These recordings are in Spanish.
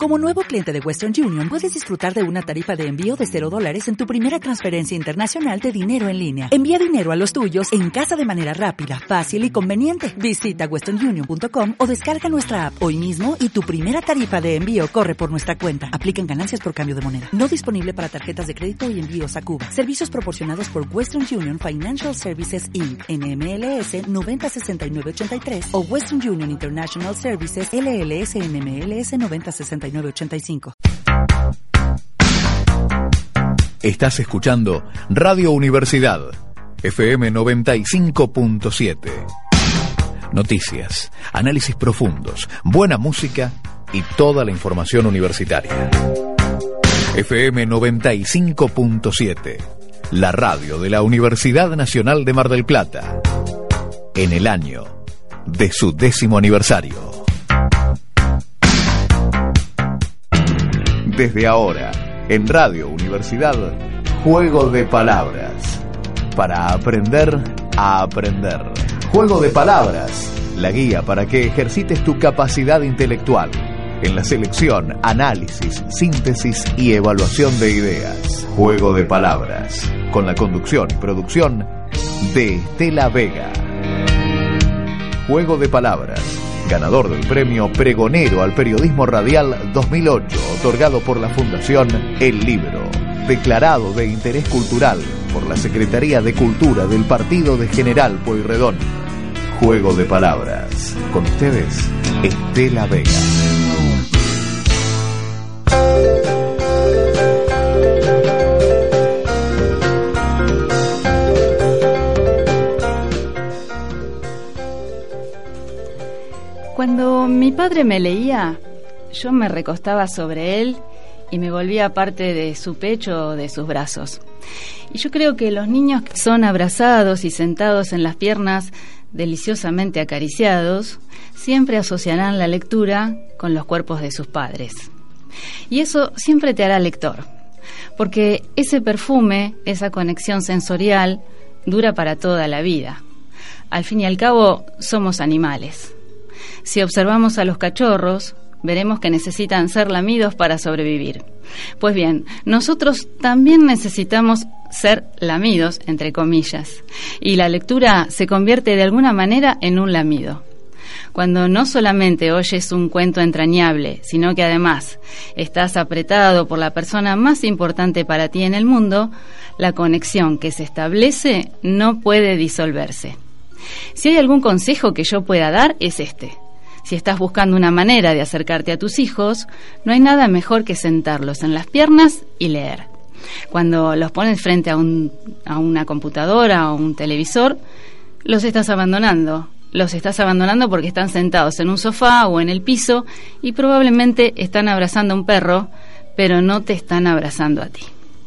Como nuevo cliente de Western Union, puedes disfrutar de una tarifa de envío de $0 en tu primera transferencia internacional de dinero en línea. Envía dinero a los tuyos en casa de manera rápida, fácil y conveniente. Visita westernunion.com o descarga nuestra app hoy mismo y tu primera tarifa de envío corre por nuestra cuenta. Aplican ganancias por cambio de moneda. No disponible para tarjetas de crédito y envíos a Cuba. Servicios proporcionados por Western Union Financial Services Inc. NMLS 906983 o Western Union International Services LLS NMLS 906985. Estás escuchando Radio Universidad, FM 95.7. Noticias, análisis profundos, buena música y toda la información universitaria. FM 95.7, la radio de la Universidad Nacional de Mar del Plata, en el año de su 10º aniversario. Desde ahora, en Radio Universidad, Juego de Palabras. Para aprender a aprender. Juego de Palabras, la guía para que ejercites tu capacidad intelectual en la selección, análisis, síntesis y evaluación de ideas. Juego de Palabras, con la conducción y producción de Estela Vega. Juego de Palabras, ganador del premio Pregonero al Periodismo Radial 2008, otorgado por la Fundación El Libro, declarado de interés cultural por la Secretaría de Cultura del Partido de General Pueyrredón. Juego de Palabras, con ustedes, Estela Vega. Cuando mi padre me leía, yo me recostaba sobre él y me volvía parte de su pecho o de sus brazos. Y yo creo que los niños que son abrazados y sentados en las piernas, deliciosamente acariciados, siempre asociarán la lectura con los cuerpos de sus padres. Y eso siempre te hará lector, porque ese perfume, esa conexión sensorial, dura para toda la vida. Al fin y al cabo, somos animales. Si observamos a los cachorros, veremos que necesitan ser lamidos para sobrevivir. Pues bien, nosotros también necesitamos ser lamidos, entre comillas, y la lectura se convierte de alguna manera en un lamido. Cuando no solamente oyes un cuento entrañable, sino que además estás apretado por la persona más importante para ti en el mundo, la conexión que se establece no puede disolverse. Si hay algún consejo que yo pueda dar, es este. Si estás buscando una manera de acercarte a tus hijos, no hay nada mejor que sentarlos en las piernas y leer. Cuando los pones frente a una computadora o un televisor, los estás abandonando. Los estás abandonando porque están sentados en un sofá o en el piso y probablemente están abrazando a un perro, pero no te están abrazando a ti.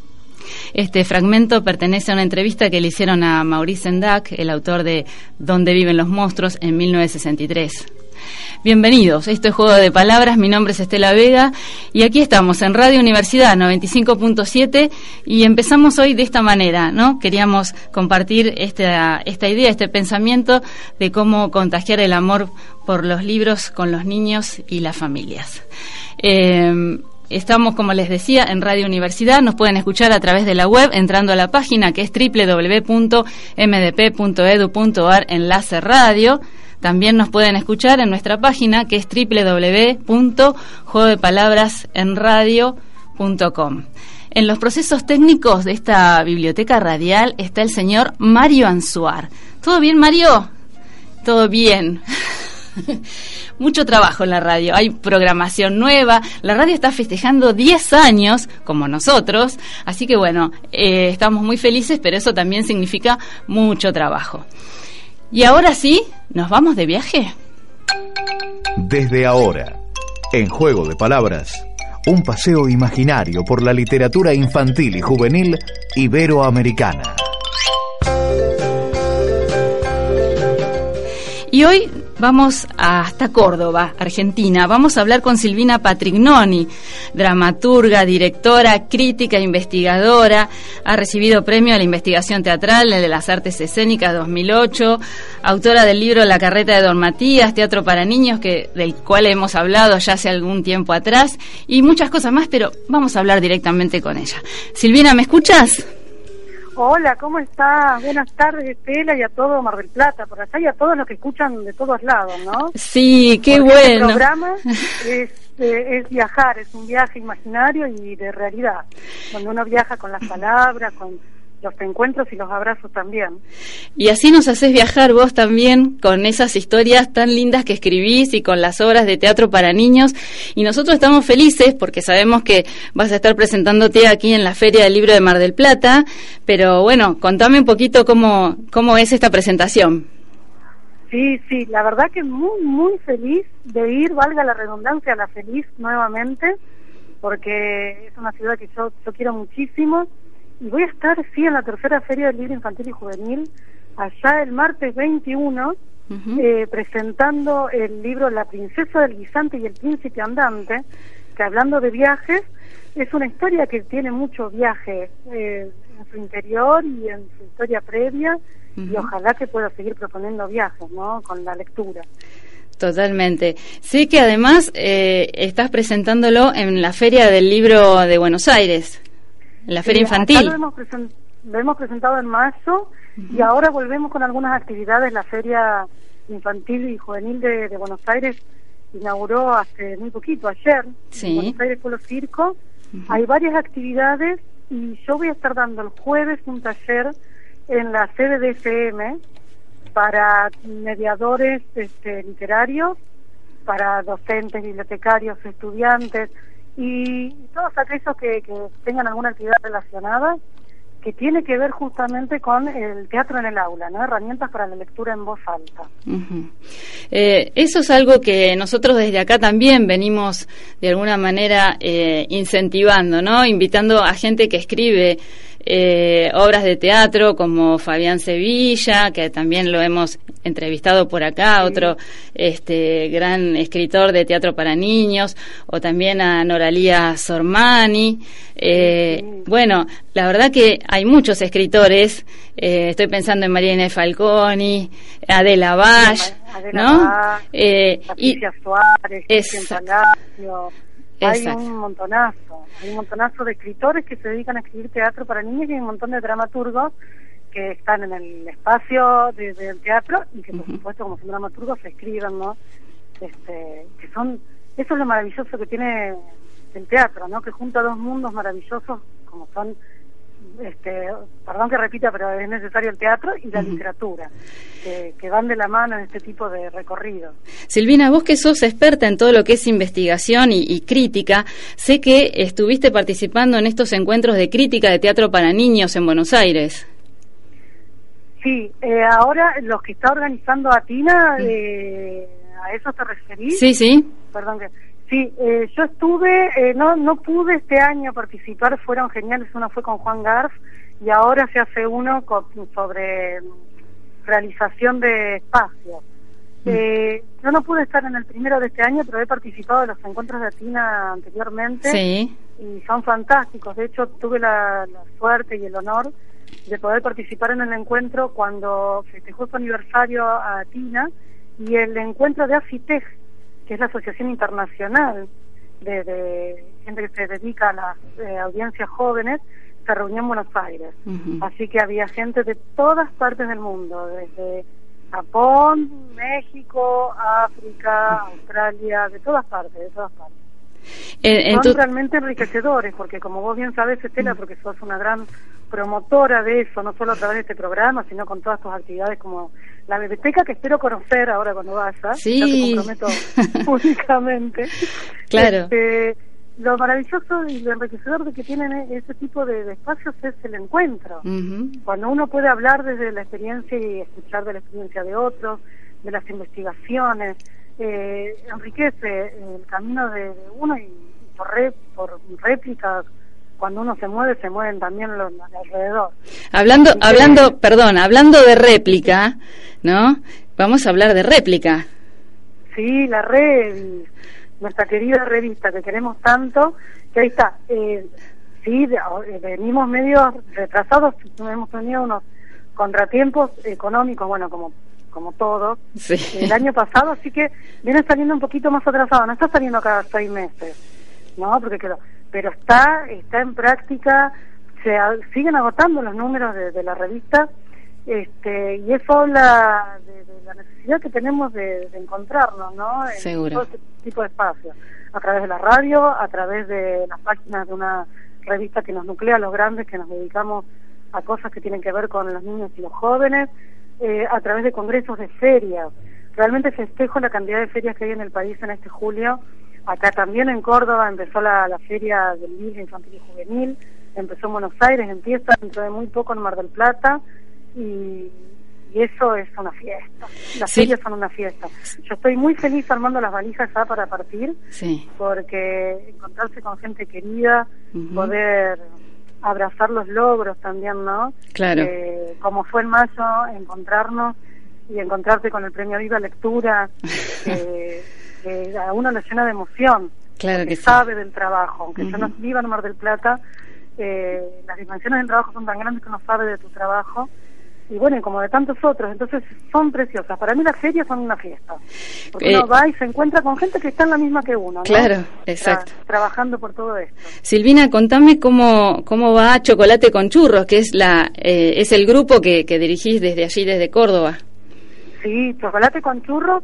Este fragmento pertenece a una entrevista que le hicieron a Maurice Sendak, el autor de ¿Dónde viven los monstruos?, en 1963. Bienvenidos, esto es Juego de Palabras, mi nombre es Estela Vega y aquí estamos en Radio Universidad 95.7 y empezamos hoy de esta manera, ¿no? Queríamos compartir esta idea, este pensamiento de cómo contagiar el amor por los libros con los niños y las familias. Estamos, como les decía, en Radio Universidad. Nos pueden escuchar a través de la web entrando a la página que es www.mdp.edu.ar /radio. También nos pueden escuchar en nuestra página que es www.juegodepalabrasenradio.com. En los procesos técnicos de esta biblioteca radial está el señor Mario Anzuar. ¿Todo bien, Mario? Todo bien. Mucho trabajo en la radio, hay programación nueva, la radio está festejando 10 años, como nosotros, así que bueno, estamos muy felices, pero eso también significa mucho trabajo. Y ahora sí, ¿nos vamos de viaje? Desde ahora, en Juego de Palabras, un paseo imaginario por la literatura infantil y juvenil iberoamericana. Y hoy Vamos hasta Córdoba, Argentina. Vamos a hablar con Silvina Patrignoni, dramaturga, directora, crítica, investigadora. Ha recibido premio a la investigación teatral de las artes escénicas 2008, autora del libro La carreta de Don Matías, teatro para niños, del cual hemos hablado ya hace algún tiempo atrás, y muchas cosas más, pero vamos a hablar directamente con ella. Silvina, ¿me escuchas? Hola, ¿cómo estás? Buenas tardes, Estela, y a todo Mar del Plata, por allá, y a todos los que escuchan de todos lados, ¿no? Sí, qué porque bueno. El programa es viajar, es un viaje imaginario y de realidad, donde uno viaja con las palabras, con los encuentros y los abrazos también. Y así nos haces viajar vos también con esas historias tan lindas que escribís y con las obras de teatro para niños. Y nosotros estamos felices porque sabemos que vas a estar presentándote aquí en la Feria del Libro de Mar del Plata. Pero bueno, contame un poquito cómo es esta presentación. Sí, la verdad que muy feliz de ir, valga la redundancia, a La Feliz nuevamente, porque es una ciudad que yo quiero muchísimo. Y voy a estar, en la tercera Feria del Libro Infantil y Juvenil, allá el martes 21, presentando el libro La princesa del guisante y el príncipe andante, que hablando de viajes, es una historia que tiene mucho viaje en su interior y en su historia previa, y ojalá que pueda seguir proponiendo viajes, ¿no?, con la lectura. Totalmente. Sé que además estás presentándolo en la Feria del Libro de Buenos Aires. La feria infantil. Lo hemos presentado en marzo y ahora volvemos con algunas actividades. La feria infantil y juvenil de Buenos Aires inauguró hace muy poquito, ayer, en Buenos Aires Polo Circo. Hay varias actividades y yo voy a estar dando el jueves un taller en la sede de FM para mediadores literarios, para docentes, bibliotecarios, estudiantes y todos aquellos que tengan alguna actividad relacionada que tiene que ver justamente con el teatro en el aula, ¿no? Herramientas para la lectura en voz alta. Eso es algo que nosotros desde acá también venimos de alguna manera incentivando, ¿no? Invitando a gente que escribe obras de teatro como Fabián Sevilla, que también lo hemos entrevistado por acá, otro gran escritor de teatro para niños, o también a Noralía Sormani. Bueno, la verdad que hay muchos escritores, estoy pensando en María Inés Falconi, Adela Bash, ¿no? Patricia Suárez, Cristian Palacio. Hay un montonazo de escritores que se dedican a escribir teatro para niños y hay un montón de dramaturgos que están en el espacio del teatro y que por supuesto como son dramaturgos se escriben, ¿no? Que son, eso es lo maravilloso que tiene el teatro, ¿no? Que junta dos mundos maravillosos como son, perdón que repita, pero es necesario el teatro y la literatura, que van de la mano en este tipo de recorrido. Silvina, vos que sos experta en todo lo que es investigación y crítica, sé que estuviste participando en estos encuentros de crítica de teatro para niños en Buenos Aires. Sí, ahora los que está organizando Atina, ¿a eso te referís? Sí. Perdón que... Sí, yo estuve, no pude este año participar, fueron geniales, uno fue con Juan Garf y ahora se hace uno sobre realización de espacios. Yo no pude estar en el primero de este año, pero he participado de los encuentros de Atina anteriormente y son fantásticos. De hecho, tuve la suerte y el honor de poder participar en el encuentro cuando festejó su aniversario a Atina y el encuentro de AFITEJ, que es la Asociación Internacional de gente que se dedica a las audiencias jóvenes, se reunió en Buenos Aires. Así que había gente de todas partes del mundo, desde Japón, México, África, Australia, de todas partes. Son realmente enriquecedores, porque como vos bien sabés, Estela, porque sos una gran promotora de eso, no solo a través de este programa, sino con todas tus actividades como la biblioteca, que espero conocer ahora cuando vaya. Sí. Ya te comprometo públicamente. Claro. Lo maravilloso y lo enriquecedor de que tienen ese tipo de espacios es el encuentro. Cuando uno puede hablar desde la experiencia y escuchar de la experiencia de otros, de las investigaciones, enriquece el camino de uno y por réplica. Cuando uno se mueven también los alrededor. Hablando de réplica, ¿no? Vamos a hablar de réplica. Sí, la Revis, nuestra querida revista que queremos tanto, que ahí está. Sí, venimos medio retrasados, hemos tenido unos contratiempos económicos, bueno, como todos, sí. El año pasado, así que viene saliendo un poquito más atrasado, no está saliendo cada 6 meses, ¿no? Porque pero está en práctica, siguen agotando los números de la revista, y eso habla de la necesidad que tenemos de encontrarnos, ¿no? En todo este tipo de espacios, a través de la radio, a través de las páginas de una revista que nos nuclea a los grandes, que nos dedicamos a cosas que tienen que ver con los niños y los jóvenes, a través de congresos de ferias. Realmente festejo la cantidad de ferias que hay en el país en este julio. Acá también en Córdoba empezó la feria del libro infantil y juvenil, empezó en Buenos Aires, empieza dentro de muy poco en Mar del Plata, y eso es una fiesta. Las ferias son una fiesta. Yo estoy muy feliz armando las valijas ya para partir, porque encontrarse con gente querida, poder abrazar los logros también, ¿no? Claro. Como fue en mayo, encontrarnos y encontrarte con el premio Viva Lectura, que a uno le llena de emoción. Claro que sabe del trabajo, aunque yo no viva en Mar del Plata, las dimensiones del trabajo son tan grandes que uno sabe de tu trabajo, y bueno, como de tantos otros, entonces son preciosas. Para mí las ferias son una fiesta, porque uno va y se encuentra con gente que está en la misma que uno, ¿no? Claro, exacto. Trabajando por todo esto. Silvina, contame cómo va Chocolate con Churros, que es el grupo que dirigís desde allí, desde Córdoba. Sí, Chocolate con Churros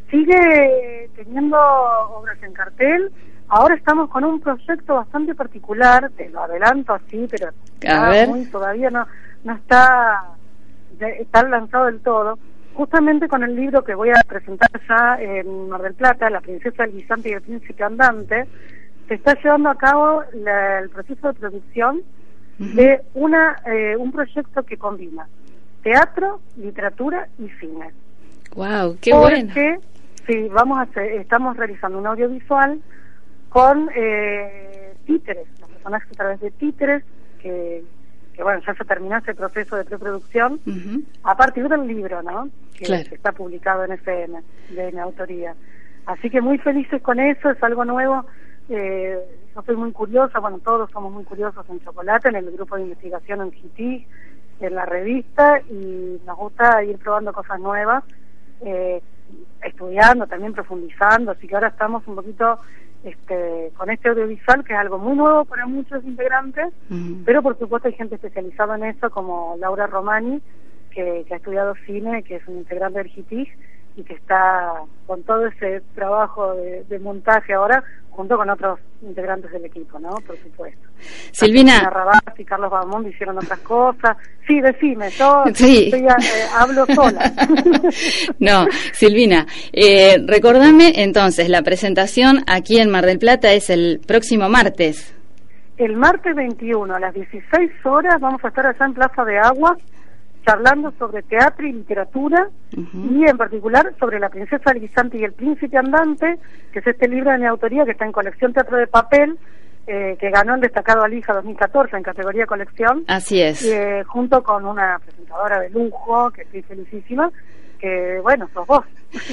sigue teniendo obras en cartel. Ahora estamos con un proyecto bastante particular, te lo adelanto así, pero todavía no está lanzado del todo, justamente con el libro que voy a presentar ya en Mar del Plata, La princesa, el guisante y el príncipe andante. Se está llevando a cabo el proceso de producción de un proyecto que combina teatro, literatura y cine. Wow, qué bueno. Sí, estamos realizando un audiovisual con títeres, los personajes a través de títeres, que bueno, ya se terminó ese proceso de preproducción a partir del libro, ¿no? Que está publicado en FM, de mi autoría. Así que muy felices con eso, es algo nuevo. Yo soy muy curiosa, bueno, todos somos muy curiosos en Chocolate, en el grupo de investigación en GT, en la revista, y nos gusta ir probando cosas nuevas, estudiando, también profundizando, así que ahora estamos un poquito con este audiovisual, que es algo muy nuevo para muchos integrantes, pero por supuesto hay gente especializada en eso, como Laura Romani, que ha estudiado cine, que es un integrante del GITIG, y que está con todo ese trabajo de montaje ahora, junto con otros integrantes del equipo, ¿no? Por supuesto. Silvina. Rabás y Carlos Bahamonde hicieron otras cosas. Sí, decime, yo hablo sola. No, Silvina, recordame entonces, la presentación aquí en Mar del Plata es el próximo martes. El martes 21 a las 16 horas vamos a estar allá en Plaza de Agua, charlando sobre teatro y literatura, y en particular sobre La princesa, el guisante y el príncipe andante, que es este libro de mi autoría que está en colección Teatro de Papel, que ganó el destacado Alija 2014 en categoría colección. Así es. Junto con una presentadora de lujo, que estoy felicísima, que bueno, sos vos.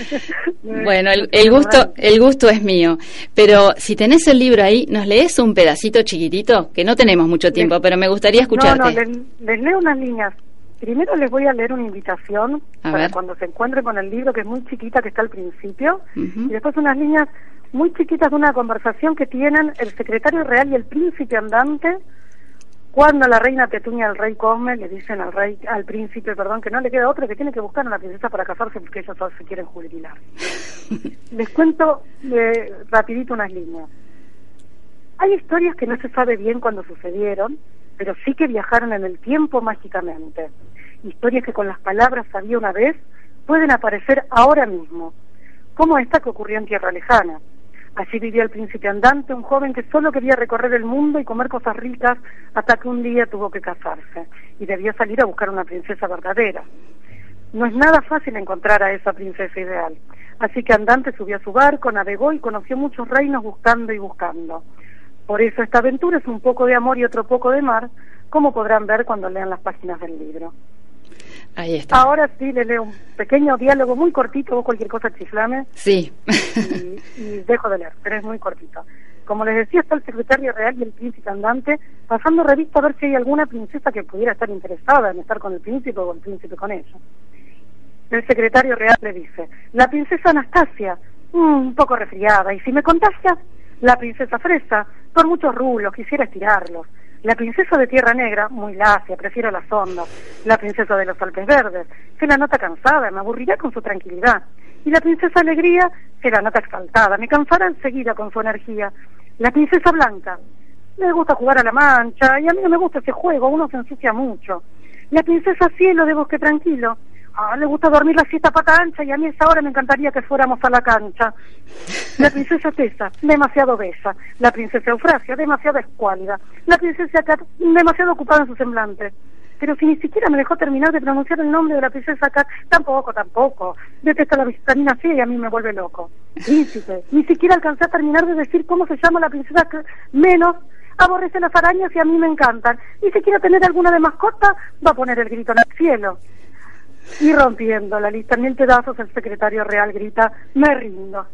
Bueno, el gusto es mío, pero si tenés el libro ahí, ¿nos lees un pedacito chiquitito? Que no tenemos mucho tiempo, pero me gustaría escucharte. Les leo unas líneas. Primero les voy a leer una invitación para cuando se encuentren con el libro, que es muy chiquita, que está al principio, y después unas líneas muy chiquitas de una conversación que tienen el secretario real y el príncipe andante, cuando la reina Petunia al rey Cosme le dicen al príncipe, que no le queda otra, que tiene que buscar a una princesa para casarse porque ellos todos se quieren jubilar. Les cuento rapidito unas líneas. Hay historias que no se sabe bien cuándo sucedieron, pero sí que viajaron en el tiempo mágicamente. Historias que con las palabras había una vez pueden aparecer ahora mismo, como esta que ocurrió en Tierra Lejana. Allí vivía el príncipe andante, un joven que solo quería recorrer el mundo y comer cosas ricas, hasta que un día tuvo que casarse y debía salir a buscar una princesa verdadera. No es nada fácil encontrar a esa princesa ideal, así que Andante subió a su barco, navegó y conoció muchos reinos buscando y buscando. Por eso esta aventura es un poco de amor y otro poco de mar, como podrán ver cuando lean las páginas del libro. Ahí está. Ahora sí le leo un pequeño diálogo muy cortito, vos cualquier cosa chiflame. Sí. y dejo de leer, pero es muy cortito. Como les decía, está el secretario real y el príncipe andante pasando revista a ver si hay alguna princesa que pudiera estar interesada en estar con el príncipe o el príncipe con ella. El secretario real le dice: la princesa Anastasia, un poco resfriada, y si me contagia, la princesa Fresa, por muchos rulos, quisiera estirarlos. La princesa de Tierra Negra, muy lacia, prefiero las ondas. La princesa de los Alpes Verdes, se la nota cansada, me aburrirá con su tranquilidad. Y la princesa Alegría, se la nota exaltada, me cansará enseguida con su energía. La princesa Blanca, me gusta jugar a la mancha, y a mí no me gusta ese juego, uno se ensucia mucho. La princesa Cielo, de Bosque Tranquilo, le gusta dormir la siesta pata ancha, y a mí a esa hora me encantaría que fuéramos a la cancha. La princesa Tesa, demasiado bella. La princesa Eufrasia, demasiado escuálida. La princesa Cat, demasiado ocupada en su semblante. Pero si ni siquiera me dejó terminar de pronunciar el nombre de la princesa Cat, tampoco. Detesta la vitamina C y a mí me vuelve loco. Príncipe, ni siquiera alcancé a terminar de decir cómo se llama la princesa Cat, menos aborrece las arañas y a mí me encantan. Y si quiero tener alguna de mascota, va a poner el grito en el cielo. Y rompiendo la lista en 1000 pedazos, el secretario real grita: me rindo.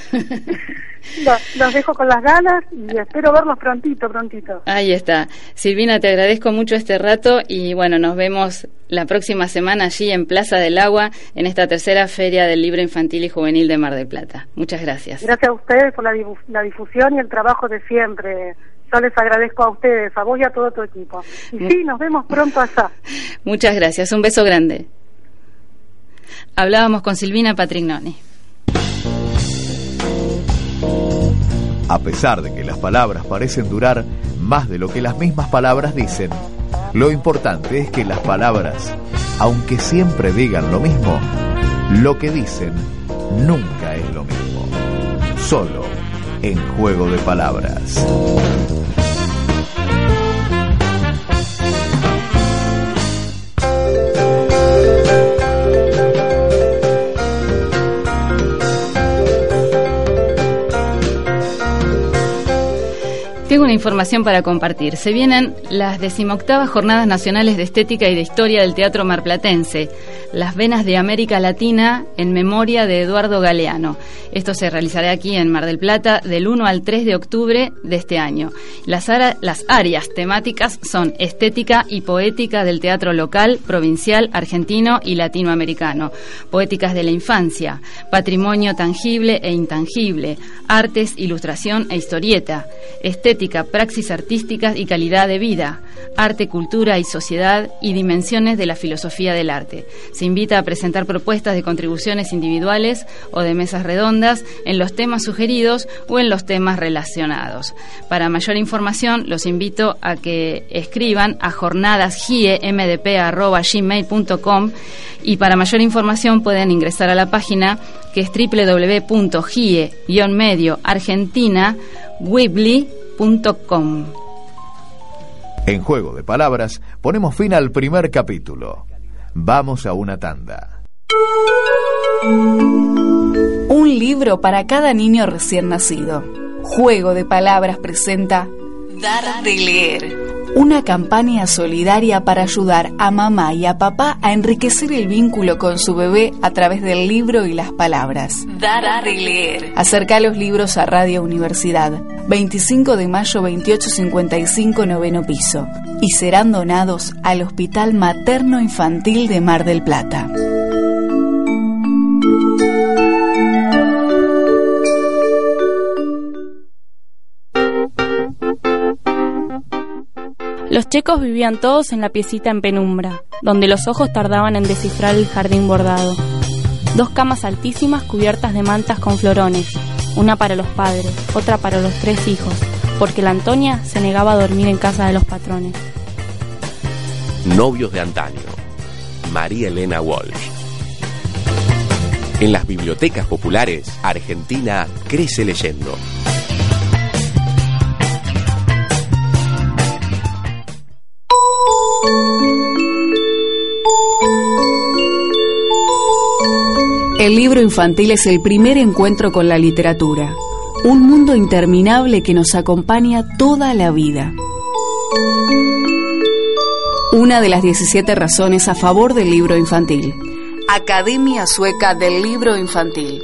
Los dejo con las ganas y espero verlos prontito. Ahí está. Silvina, te agradezco mucho este rato y bueno, nos vemos la próxima semana allí en Plaza del Agua, en esta tercera Feria del Libro Infantil y Juvenil de Mar del Plata. Muchas gracias. Gracias a ustedes por la difusión y el trabajo de siempre. Yo les agradezco a ustedes, a vos y a todo tu equipo. Y sí, nos vemos pronto allá. Muchas gracias, un beso grande. Hablábamos con Silvina Patrignoni. A pesar de que las palabras parecen durar más de lo que las mismas palabras dicen, lo importante es que las palabras, aunque siempre digan lo mismo, lo que dicen nunca es lo mismo. Solo en Juego de Palabras. Tengo una información para compartir. Se vienen las 18ª Jornadas Nacionales de Estética y de Historia del Teatro Marplatense, Las Venas de América Latina en memoria de Eduardo Galeano. Esto se realizará aquí en Mar del Plata del 1 al 3 de octubre de este año. Las áreas temáticas son estética y poética del teatro local, provincial, argentino y latinoamericano, poéticas de la infancia, patrimonio tangible e intangible, artes, ilustración e historieta, estética, praxis artísticas y calidad de vida, arte, cultura y sociedad y dimensiones de la filosofía del arte. Se invita a presentar propuestas de contribuciones individuales o de mesas redondas en los temas sugeridos o en los temas relacionados. Para mayor información, los invito a que escriban a jornadasgiemdp@gmail.com y para mayor información pueden ingresar a la página que es www.gie-medioargentina.com. En Juego de Palabras ponemos fin al primer capítulo. Vamos a una tanda. Un libro para cada niño recién nacido. Juego de Palabras presenta Dar de Leer, una campaña solidaria para ayudar a mamá y a papá a enriquecer el vínculo con su bebé a través del libro y las palabras. Dar de Leer. Acerca los libros a Radio Universidad, 25 de mayo 2855, 9º piso, y serán donados al Hospital Materno Infantil de Mar del Plata. Los checos vivían todos en la piecita en penumbra, donde los ojos tardaban en descifrar el jardín bordado. 2 camas altísimas cubiertas de mantas con florones, una para los padres, otra para los 3 hijos, porque la Antonia se negaba a dormir en casa de los patrones. Novios de antaño. María Elena Walsh. En las bibliotecas populares, Argentina crece leyendo. El libro infantil es el primer encuentro con la literatura, un mundo interminable que nos acompaña toda la vida. Una de las 17 razones a favor del libro infantil. Academia Sueca del Libro Infantil.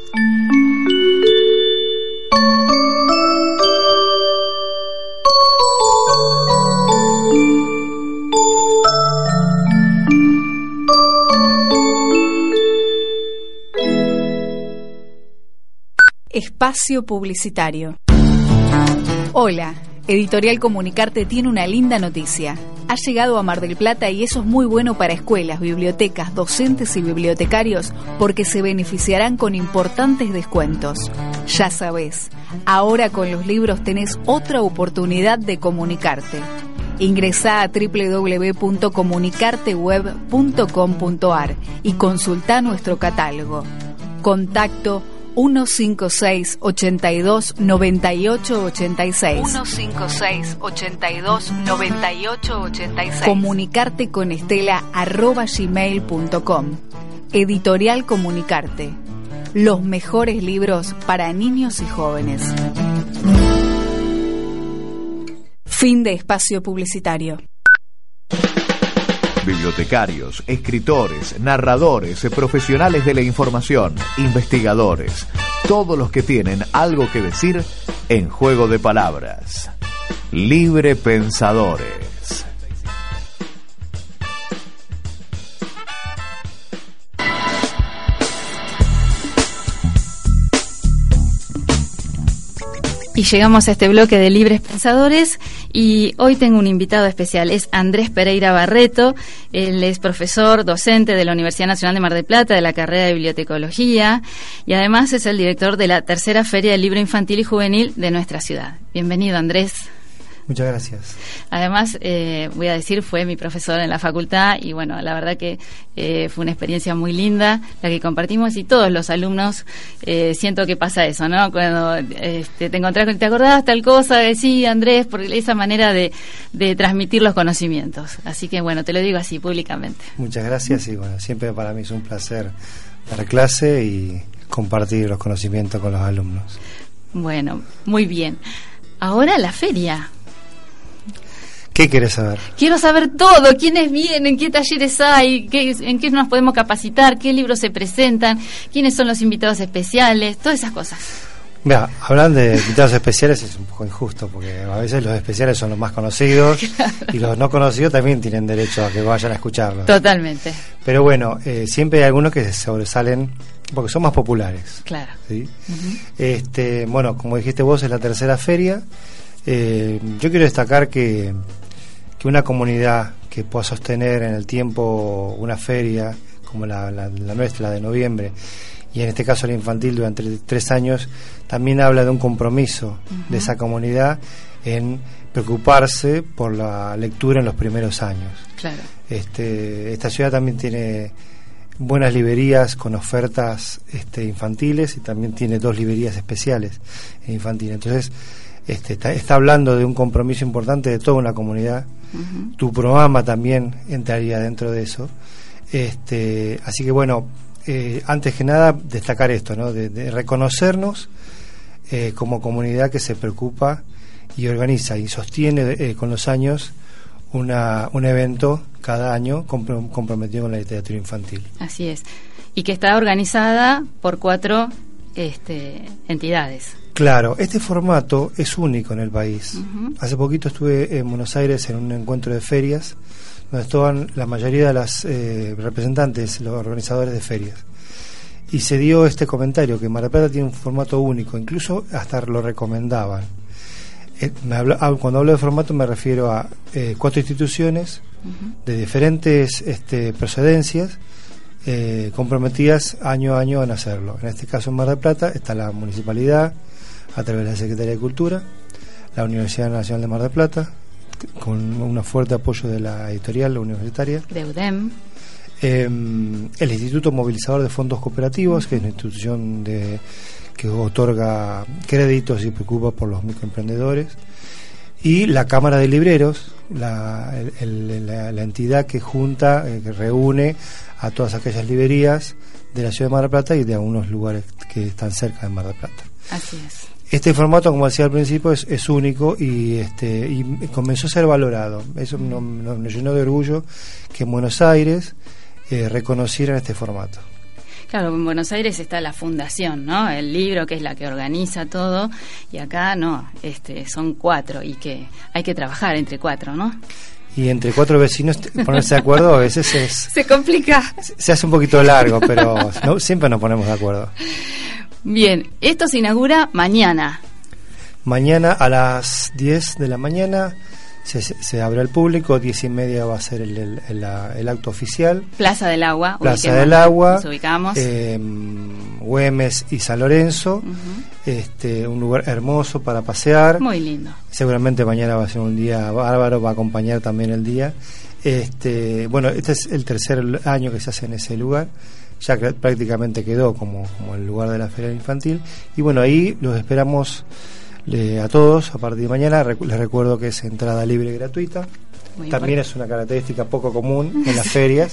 Espacio publicitario. Hola, Editorial Comunicarte tiene una linda noticia. Ha llegado a Mar del Plata y eso es muy bueno para escuelas, bibliotecas, docentes y bibliotecarios porque se beneficiarán con importantes descuentos. Ya sabes, ahora con los libros tenés otra oportunidad de comunicarte. Ingresá a www.comunicarteweb.com.ar y consultá nuestro catálogo. Contacto 156 82 98 86. 156 82 98 86. Comunicarte con Estela @gmail.com. Editorial Comunicarte. Los mejores libros para niños y jóvenes. Fin de espacio publicitario. Bibliotecarios, escritores, narradores, profesionales de la información, investigadores, todos los que tienen algo que decir en Juego de Palabras. Libre Pensadores. Y llegamos a este bloque de Libres Pensadores y hoy tengo un invitado especial, es Andrés Pereira Barreto. Él es profesor, docente de la Universidad Nacional de Mar del Plata, de la carrera de Bibliotecología, y además es el director de la tercera Feria del Libro Infantil y Juvenil de nuestra ciudad. Bienvenido, Andrés. Muchas gracias. Además, voy a decir, fue mi profesor en la facultad y bueno, la verdad que fue una experiencia muy linda la que compartimos y todos los alumnos siento que pasa eso, ¿no? Cuando te encontrás con, ¿te acordás tal cosa? Sí, Andrés, por esa manera de transmitir los conocimientos. Así que bueno, te lo digo así públicamente. Muchas gracias y bueno, siempre para mí es un placer dar clase y compartir los conocimientos con los alumnos. Bueno, muy bien. Ahora la feria. ¿Qué querés saber? Quiero saber todo, quiénes vienen, qué talleres hay, en qué nos podemos capacitar, qué libros se presentan, quiénes son los invitados especiales, todas esas cosas. Mira, hablar de invitados especiales es un poco injusto, porque a veces los especiales son los más conocidos, claro, y los no conocidos también tienen derecho a que vayan a escucharlos. Totalmente. Pero bueno, siempre hay algunos que sobresalen porque son más populares. Claro. ¿Sí? Uh-huh. Bueno, como dijiste vos, es la tercera feria. Yo quiero destacar que una comunidad que pueda sostener en el tiempo una feria como la nuestra, la de noviembre, y en este caso la infantil durante 3 años, también habla de un compromiso de esa comunidad en preocuparse por la lectura en los primeros años. Claro. Esta ciudad también tiene buenas librerías con ofertas infantiles y también tiene 2 librerías especiales infantiles. Entonces está hablando de un compromiso importante de toda una comunidad. Uh-huh. Tu programa también entraría dentro de eso. Así que bueno, antes que nada destacar esto, ¿no? De reconocernos como comunidad que se preocupa y organiza y sostiene con los años un evento cada año comprometido con la literatura infantil. Así es. Y que está organizada por 4 entidades. Claro, este formato es único en el país. Uh-huh. Hace poquito estuve en Buenos Aires en un encuentro de ferias donde estaban la mayoría de las representantes, los organizadores de ferias. Y se dio este comentario que Mar del Plata tiene un formato único, incluso hasta lo recomendaban. Cuando hablo de formato me refiero a 4 instituciones uh-huh. de diferentes procedencias comprometidas año a año en hacerlo. En este caso en Mar del Plata está la municipalidad a través de la Secretaría de Cultura, la Universidad Nacional de Mar del Plata, con un fuerte apoyo de la editorial, la universitaria, de UDEM, el Instituto Movilizador de Fondos Cooperativos, que es una institución que otorga créditos y se preocupa por los microemprendedores, y la Cámara de Libreros, la entidad que junta, que reúne a todas aquellas librerías de la ciudad de Mar del Plata y de algunos lugares que están cerca de Mar del Plata. Así es. Este formato, como decía al principio, es único y comenzó a ser valorado. Eso nos llenó de orgullo que en Buenos Aires reconocieran este formato. Claro, en Buenos Aires está la fundación, ¿no? El libro, que es la que organiza todo, y acá no, son 4 y que hay que trabajar entre 4, ¿no? Y entre 4 vecinos ponerse de acuerdo a veces se complica. Se hace un poquito largo, pero siempre nos ponemos de acuerdo. Bien, esto se inaugura mañana. Mañana a las 10 de la mañana se abre al público, 10:30 va a ser el acto oficial. Plaza del Agua. Plaza del Agua. Nos ubicamos. Güemes y San Lorenzo. Un lugar hermoso para pasear. Muy lindo. Seguramente mañana va a ser un día bárbaro, va a acompañar también el día. Este es el tercer año que se hace en ese lugar. Ya prácticamente quedó como el lugar de la feria infantil. Y bueno, ahí los esperamos a todos a partir de mañana. Les recuerdo que es entrada libre y gratuita. También es una característica poco común en las ferias.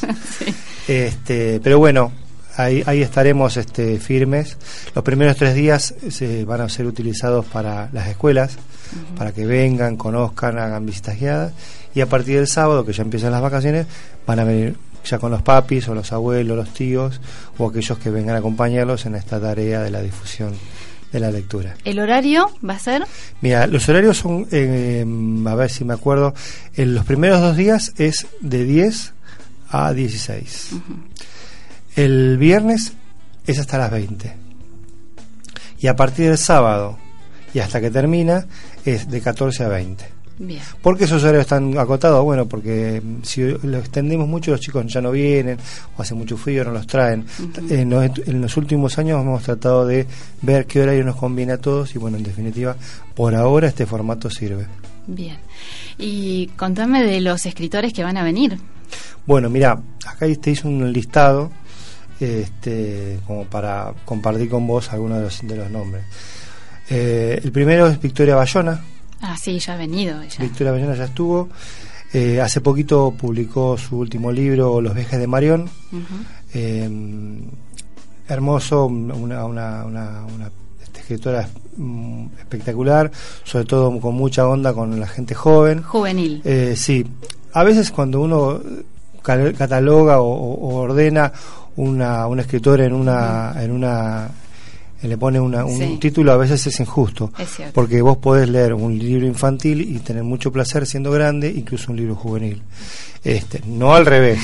Sí. Pero bueno, ahí estaremos firmes. Los primeros 3 días van a ser utilizados para las escuelas, para que vengan, conozcan, hagan visitas guiadas, y a partir del sábado, que ya empiezan las vacaciones, van a venir ya con los papis o los abuelos, los tíos o aquellos que vengan a acompañarlos en esta tarea de la difusión de la lectura. ¿El horario va a ser? Mira, los horarios son, a ver si me acuerdo, en los primeros 2 días es de 10 a 16. El viernes es hasta las 20. Y a partir del sábado y hasta que termina es de 14 a 20. Bien. ¿Por qué esos horarios están acotados? Bueno, porque si lo extendemos mucho, los chicos ya no vienen, o hace mucho frío, no los traen. En los últimos años hemos tratado de ver qué horario nos conviene a todos, y bueno, en definitiva, por ahora este formato sirve. Bien. Y contame de los escritores que van a venir. Bueno, mira, acá te hice un listado como para compartir con vos algunos de los nombres. El primero es Victoria Bayona. Ah, sí, ya ha venido ella. Victoria Bayona ya estuvo. Hace poquito publicó su último libro, Los viajes de Marión. Hermoso, una escritora espectacular, sobre todo con mucha onda con la gente joven. Juvenil. Sí. A veces cuando uno cataloga o ordena un escritor en una le pone un título, a veces es injusto, porque vos podés leer un libro infantil y tener mucho placer siendo grande, incluso un libro juvenil, no al revés.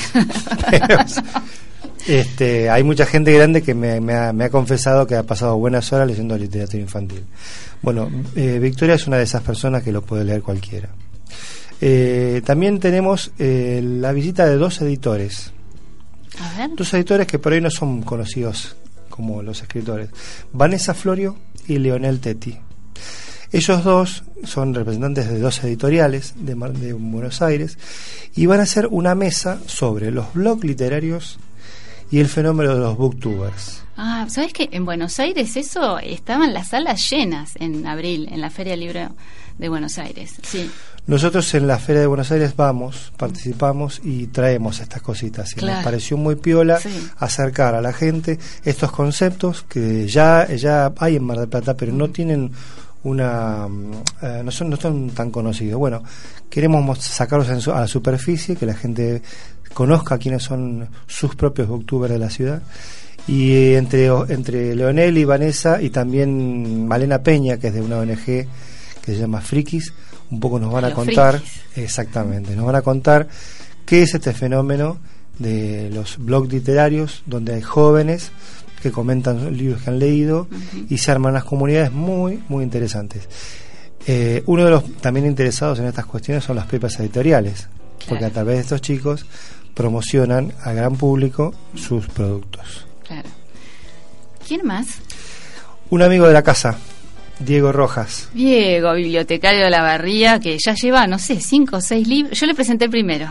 Pero, hay mucha gente grande que me ha confesado que ha pasado buenas horas leyendo literatura infantil. Bueno, Victoria es una de esas personas que lo puede leer cualquiera. También tenemos la visita de 2 editores. A ver. 2 editores que por ahí no son conocidos como los escritores, Vanessa Florio y Leonel Tetti. Ellos 2 son representantes de 2 editoriales de Buenos Aires, y van a hacer una mesa sobre los blogs literarios y el fenómeno de los booktubers. Ah, ¿sabes qué? En Buenos Aires eso, estaban las salas llenas en abril, en la Feria Libre de Buenos Aires. Sí. Nosotros en la Feria de Buenos Aires participamos y traemos estas cositas. Y claro, nos pareció muy piola acercar a la gente estos conceptos que ya hay en Mar del Plata, pero no tienen no son tan conocidos. Bueno, queremos sacarlos a la superficie, que la gente conozca quiénes son sus propios booktubers de la ciudad. Y entre Leonel y Vanessa, y también Malena Peña, que es de una ONG que se llama Frikis, un poco nos van a contar, exactamente, nos van a contar qué es este fenómeno de los blogs literarios, donde hay jóvenes que comentan libros que han leído y se arman las comunidades muy, muy interesantes. Uno de los también interesados en estas cuestiones son las propias editoriales, porque a través de estos chicos promocionan al gran público sus productos. Claro. ¿Quién más? Un amigo de la casa, Diego Rojas. Diego, bibliotecario de la Barría, que ya lleva, no sé, 5 o 6 libros. Yo le presenté el primero.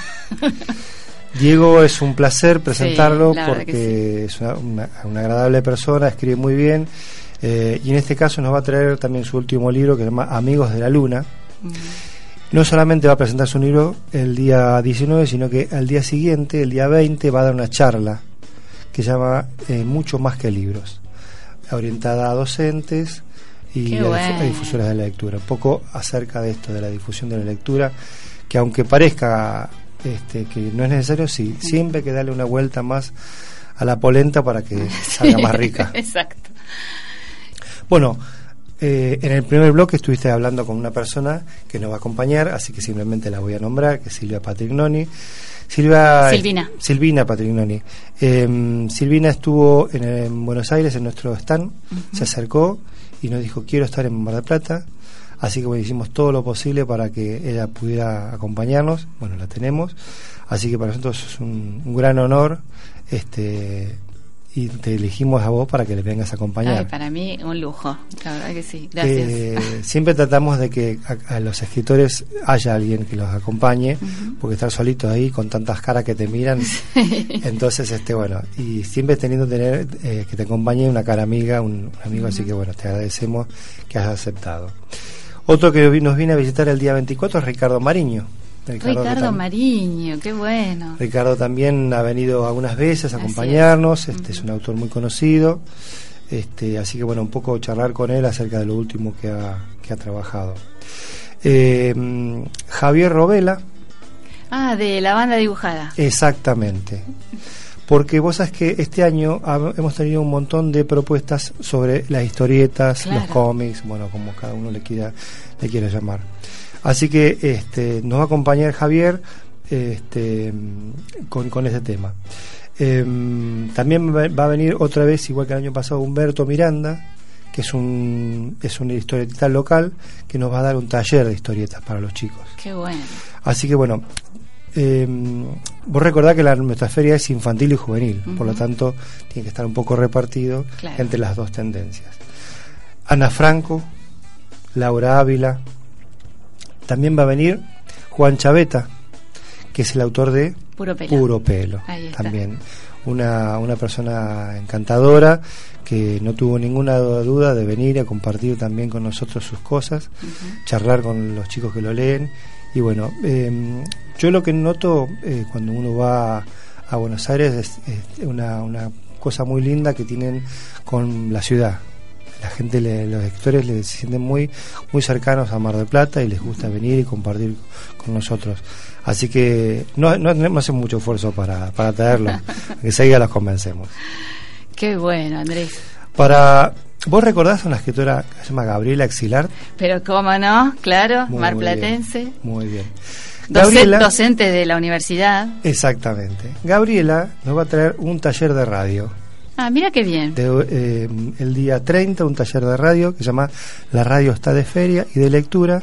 Diego, es un placer presentarlo, sí, porque es una agradable persona, escribe muy bien, y en este caso nos va a traer también su último libro, que se llama Amigos de la Luna. No solamente va a presentar su libro el día 19, sino que al día siguiente, el día 20, va a dar una charla que se llama Mucho más que libros, orientada a docentes, y a difusoras de la lectura. Un poco acerca de esto, de la difusión de la lectura, que aunque parezca que no es necesario, sí, siempre hay que darle una vuelta más a la polenta para que salga más rica. Exacto. Bueno, en el primer bloque estuviste hablando con una persona que nos va a acompañar, así que simplemente la voy a nombrar, que es Silvia Patrignoni. Silvina Patrignoni. Silvina estuvo en Buenos Aires, en nuestro stand, se acercó y nos dijo, quiero estar en Mar del Plata, así que bueno, hicimos todo lo posible para que ella pudiera acompañarnos. Bueno, la tenemos, así que para nosotros es un gran honor, y te elegimos a vos para que le vengas a acompañar. Ay, para mí un lujo, la verdad que sí, gracias. Siempre tratamos de que a los escritores haya alguien que los acompañe, porque estar solitos ahí con tantas caras que te miran, entonces bueno, y siempre tener que te acompañe una cara amiga, un amigo, así que bueno, te agradecemos que hayas aceptado. Otro que nos viene a visitar el día 24 es Ricardo Mariño. Ricardo Mariño, qué bueno. Ricardo también ha venido algunas veces a acompañarnos, es un autor muy conocido, así que bueno, un poco charlar con él acerca de lo último que ha trabajado. Javier Robela. De la banda dibujada. Exactamente. Porque vos sabés que este año hemos tenido un montón de propuestas sobre las historietas, los cómics, bueno, como cada uno le quiera llamar. Así que nos va a acompañar Javier con ese tema. También va a venir otra vez, igual que el año pasado, Humberto Miranda, que es un historietista local que nos va a dar un taller de historietas para los chicos. Qué bueno. Así que bueno, vos recordás que nuestra feria es infantil y juvenil, por lo tanto tiene que estar un poco repartido entre las dos tendencias. Ana Franco, Laura Ávila. También va a venir Juan Chaveta, que es el autor de Puro Pelo. También una persona encantadora que no tuvo ninguna duda de venir a compartir también con nosotros sus cosas, charlar con los chicos que lo leen. Y bueno, yo lo que noto cuando uno va a Buenos Aires es una cosa muy linda que tienen con la ciudad. La gente, los lectores se sienten muy cercanos a Mar del Plata y les gusta venir y compartir con nosotros. Así que no hacen mucho esfuerzo para traerlo, que enseguida los convencemos. Qué bueno, Andrés. ¿Vos recordás a una escritora que se llama Gabriela Exilart? Pero cómo no, claro, marplatense. Muy bien. Docente de la universidad. Exactamente. Gabriela nos va a traer un taller de radio. Mira qué bien. El día 30, un taller de radio que se llama La Radio está de feria y de lectura.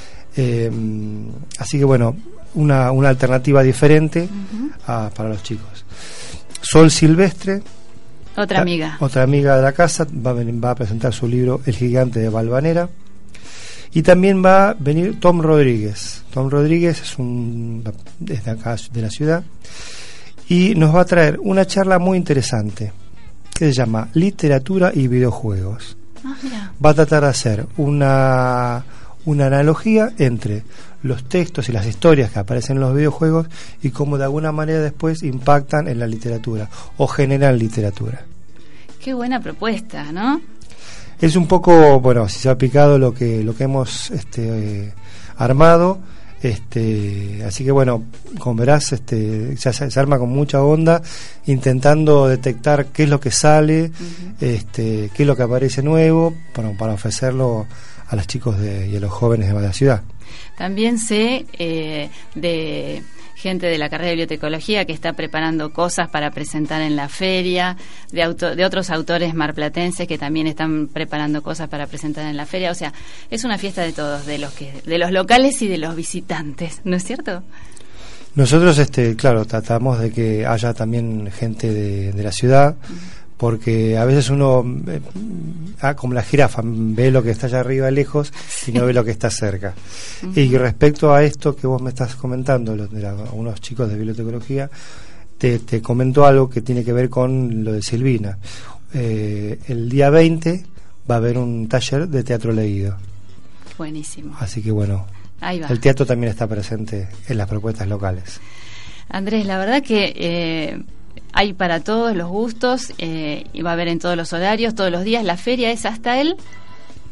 Así que bueno, una alternativa diferente para los chicos. Sol Silvestre, otra amiga de la casa, va a presentar su libro El gigante de Valvanera. Y también va a venir Tom Rodríguez. Tom Rodríguez es de acá, de la ciudad, y nos va a traer una charla muy interesante que se llama Literatura y Videojuegos. Va a tratar de hacer una analogía entre los textos y las historias que aparecen en los videojuegos y cómo de alguna manera después impactan en la literatura o generan literatura. Qué buena propuesta, ¿no? Es un poco, bueno, si se ha aplicado lo que hemos armado. Así que bueno, como verás, se arma con mucha onda, intentando detectar qué es lo que sale, qué es lo que aparece nuevo, para ofrecerlo a los chicos y a los jóvenes de la ciudad. También sé de gente de la carrera de bibliotecología que está preparando cosas para presentar en la feria, de otros autores marplatenses que también están preparando cosas para presentar en la feria. O sea, es una fiesta de todos, de los locales y de los visitantes, ¿no es cierto? Nosotros, claro, tratamos de que haya también gente de la ciudad, porque a veces uno, como la jirafa, ve lo que está allá arriba lejos y no ve lo que está cerca. Y respecto a esto que vos me estás comentando, unos chicos de bibliotecología, te comento algo que tiene que ver con lo de Silvina. El día 20 va a haber un taller de teatro leído. Buenísimo. Así que bueno, ahí va. El teatro también está presente en las propuestas locales. Andrés, la verdad que hay para todos los gustos, y va a haber en todos los horarios, todos los días. La feria es hasta el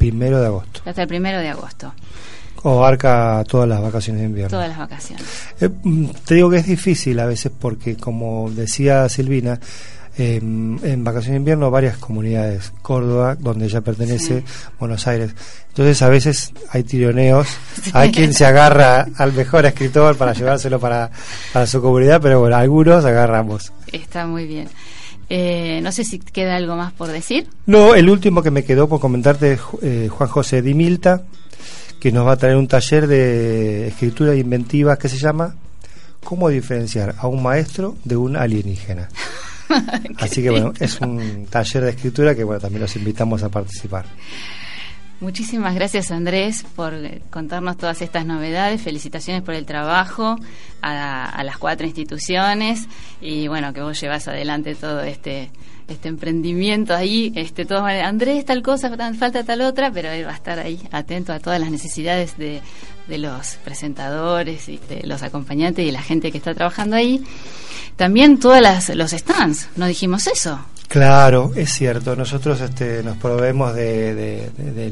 1 de agosto. Hasta el 1 de agosto. O abarca todas las vacaciones de invierno. Todas las vacaciones. Te digo que es difícil a veces porque, como decía Silvina, en vacaciones de invierno varias comunidades, Córdoba, donde ella pertenece, Buenos Aires, entonces a veces hay tironeos, hay quien se agarra al mejor escritor para llevárselo para su comunidad, pero bueno, algunos agarramos. Está muy bien. No sé si queda algo más por decir. No, el último que me quedó por comentarte es Juan José Di Milta, que nos va a traer un taller de escritura inventiva que se llama ¿Cómo diferenciar a un maestro de un alienígena? Así que bueno, es un taller de escritura que bueno, también los invitamos a participar. Muchísimas gracias, Andrés, por contarnos todas estas novedades. Felicitaciones por el trabajo a las 4 instituciones y bueno, que vos llevas adelante todo este emprendimiento ahí, todo, Andrés, tal cosa, falta tal otra, pero él va a estar ahí atento a todas las necesidades de los presentadores y de los acompañantes y la gente que está trabajando ahí. También todos los stands, ¿no dijimos eso? Claro, es cierto. Nosotros nos proveemos de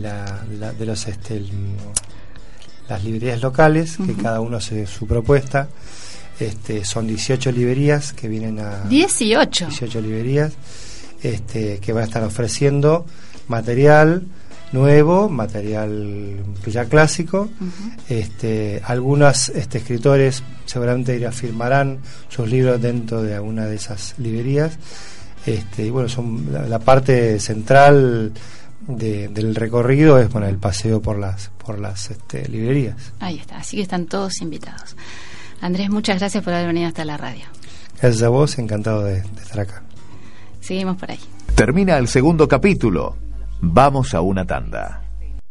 las librerías locales, que cada uno hace su propuesta. Son 18 librerías que vienen a 18 librerías que van a estar ofreciendo material nuevo, material ya clásico. Algunos escritores seguramente firmarán sus libros dentro de alguna de esas librerías. Y bueno, son la parte central del recorrido es el paseo por las librerías. Ahí está, así que están todos invitados. Andrés, muchas gracias por haber venido hasta la radio. Gracias a vos, encantado de estar acá. Seguimos por ahí. Termina el segundo capítulo. Vamos a una tanda.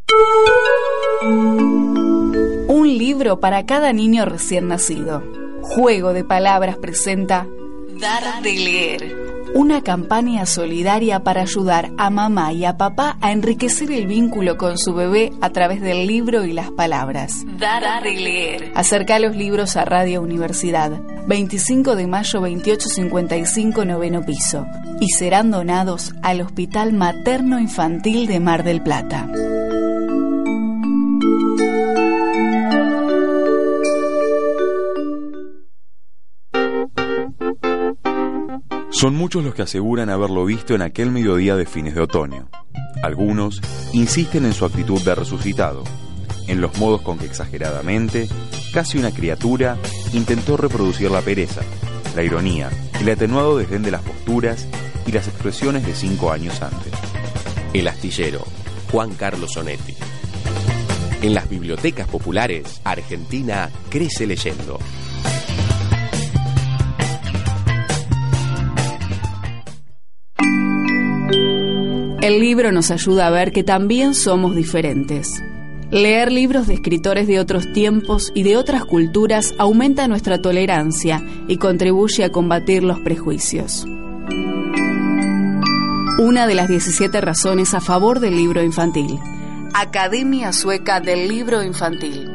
Un libro para cada niño recién nacido. Juego de Palabras presenta Dar de Leer. Una campaña solidaria para ayudar a mamá y a papá a enriquecer el vínculo con su bebé a través del libro y las palabras. Dar de Leer. Acerca los libros a Radio Universidad. 25 de mayo, 2855, 9º piso. Y serán donados al Hospital Materno Infantil de Mar del Plata. Son muchos los que aseguran haberlo visto en aquel mediodía de fines de otoño. Algunos insisten en su actitud de resucitado, en los modos con que exageradamente, casi una criatura, intentó reproducir la pereza, la ironía, el atenuado desdén de las posturas y las expresiones de 5 años antes. El astillero, Juan Carlos Onetti. En las bibliotecas populares, Argentina crece leyendo. El libro nos ayuda a ver que también somos diferentes. Leer libros de escritores de otros tiempos y de otras culturas aumenta nuestra tolerancia y contribuye a combatir los prejuicios. Una de las 17 razones a favor del libro infantil. Academia Sueca del Libro Infantil.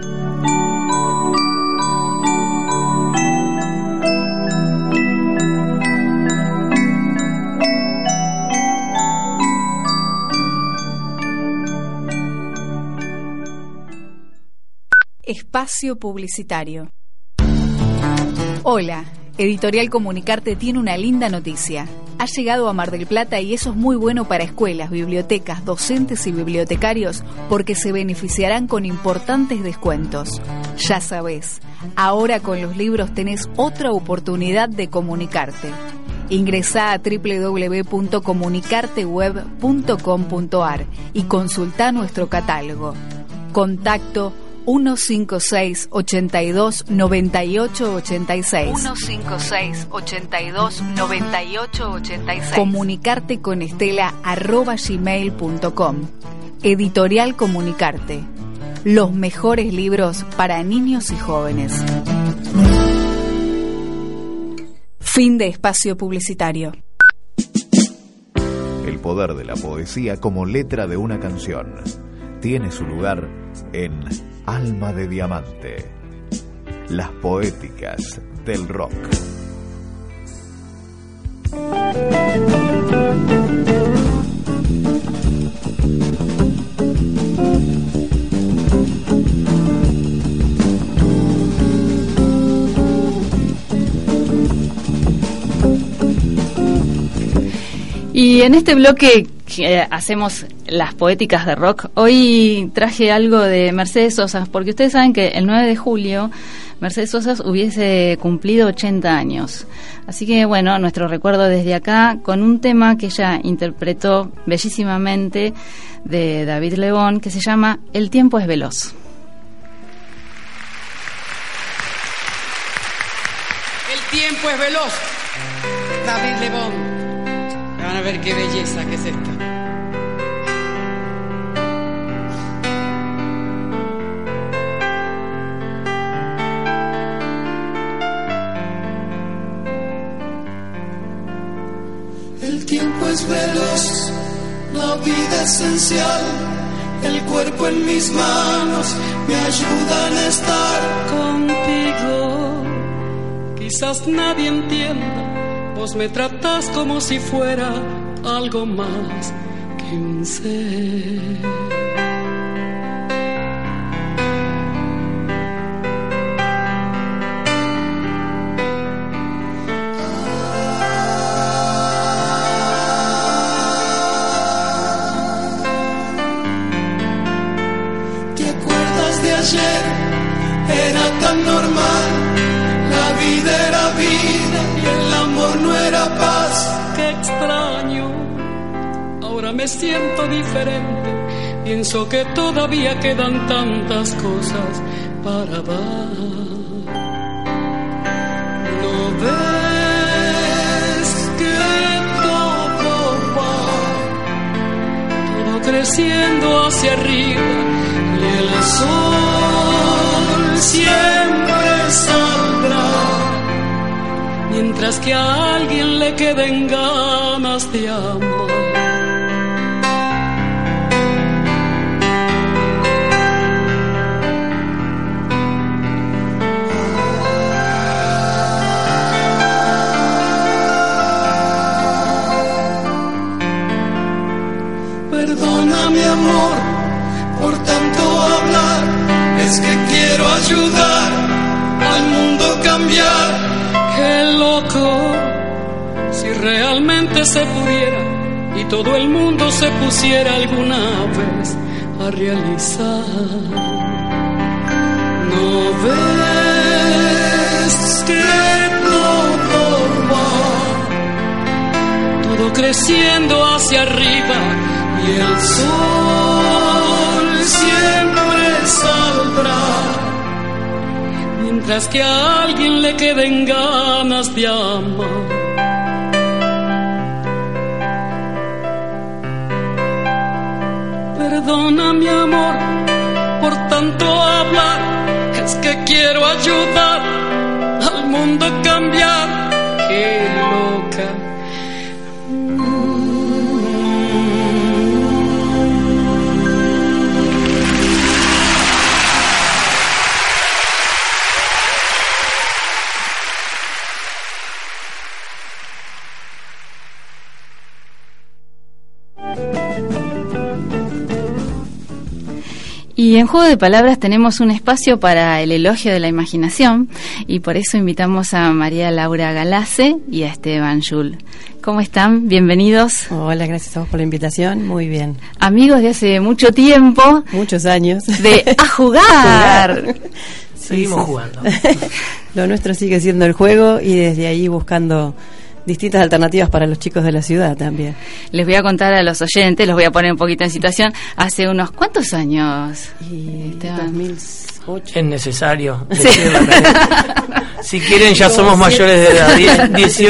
Espacio publicitario. Hola, Editorial Comunicarte tiene una linda noticia. Ha llegado a Mar del Plata y eso es muy bueno para escuelas, bibliotecas, docentes y bibliotecarios porque se beneficiarán con importantes descuentos. Ya sabes, ahora con los libros tenés otra oportunidad de comunicarte. Ingresá a www.comunicarteweb.com.ar y consultá nuestro catálogo. Contacto 156 82 98 86. 156 82 98 86. Comunicarte con Estela @gmail.com. Editorial Comunicarte. Los mejores libros para niños y jóvenes. Fin de espacio publicitario. El poder de la poesía como letra de una canción tiene su lugar en Alma de Diamante, las poéticas del rock. Y en este bloque que hacemos las poéticas de rock, hoy traje algo de Mercedes Sosa, porque ustedes saben que el 9 de julio Mercedes Sosa hubiese cumplido 80 años. Así que bueno, nuestro recuerdo desde acá con un tema que ella interpretó bellísimamente de David Lebón, que se llama El tiempo es veloz. El tiempo es veloz. David Lebón. Van a ver qué belleza que es esta. El tiempo es veloz, la vida esencial, el cuerpo en mis manos me ayudan a estar contigo. Quizás nadie entienda. Vos me tratás como si fuera algo más que un ser. ¿Te acuerdas de ayer? Era tan normal, la vida era vida. El amor no era paz. Qué extraño. Ahora me siento diferente. Pienso que todavía quedan tantas cosas para dar. ¿No ves que todo va? Todo creciendo hacia arriba y el sol siempre saldrá. Mientras que a alguien le queden ganas de amar. Perdona mi amor por tanto hablar, es que quiero ayudar al mundo a cambiar. Qué loco, si realmente se pudiera y todo el mundo se pusiera alguna vez a realizar. ¿No ves que todo va? Todo creciendo hacia arriba y el sol siempre saldrá. Mientras que a alguien le queden ganas de amar. Perdona mi amor por tanto hablar, es que quiero ayudar al mundo a cambiar. Qué loca. Y en Juego de Palabras tenemos un espacio para el elogio de la imaginación y por eso invitamos a María Laura Galace y a Esteban Yul. ¿Cómo están? Bienvenidos. Hola, gracias a vos por la invitación. Muy bien. Amigos de hace mucho tiempo. Muchos años. De A Jugar. Seguimos jugando. Lo nuestro sigue siendo el juego y desde ahí buscando distintas alternativas para los chicos de la ciudad también. Les voy a contar a los oyentes, los voy a poner un poquito en situación. Hace unos ¿cuántos años? 2008. Es necesario. Sí. Si quieren ya somos mayores de edad.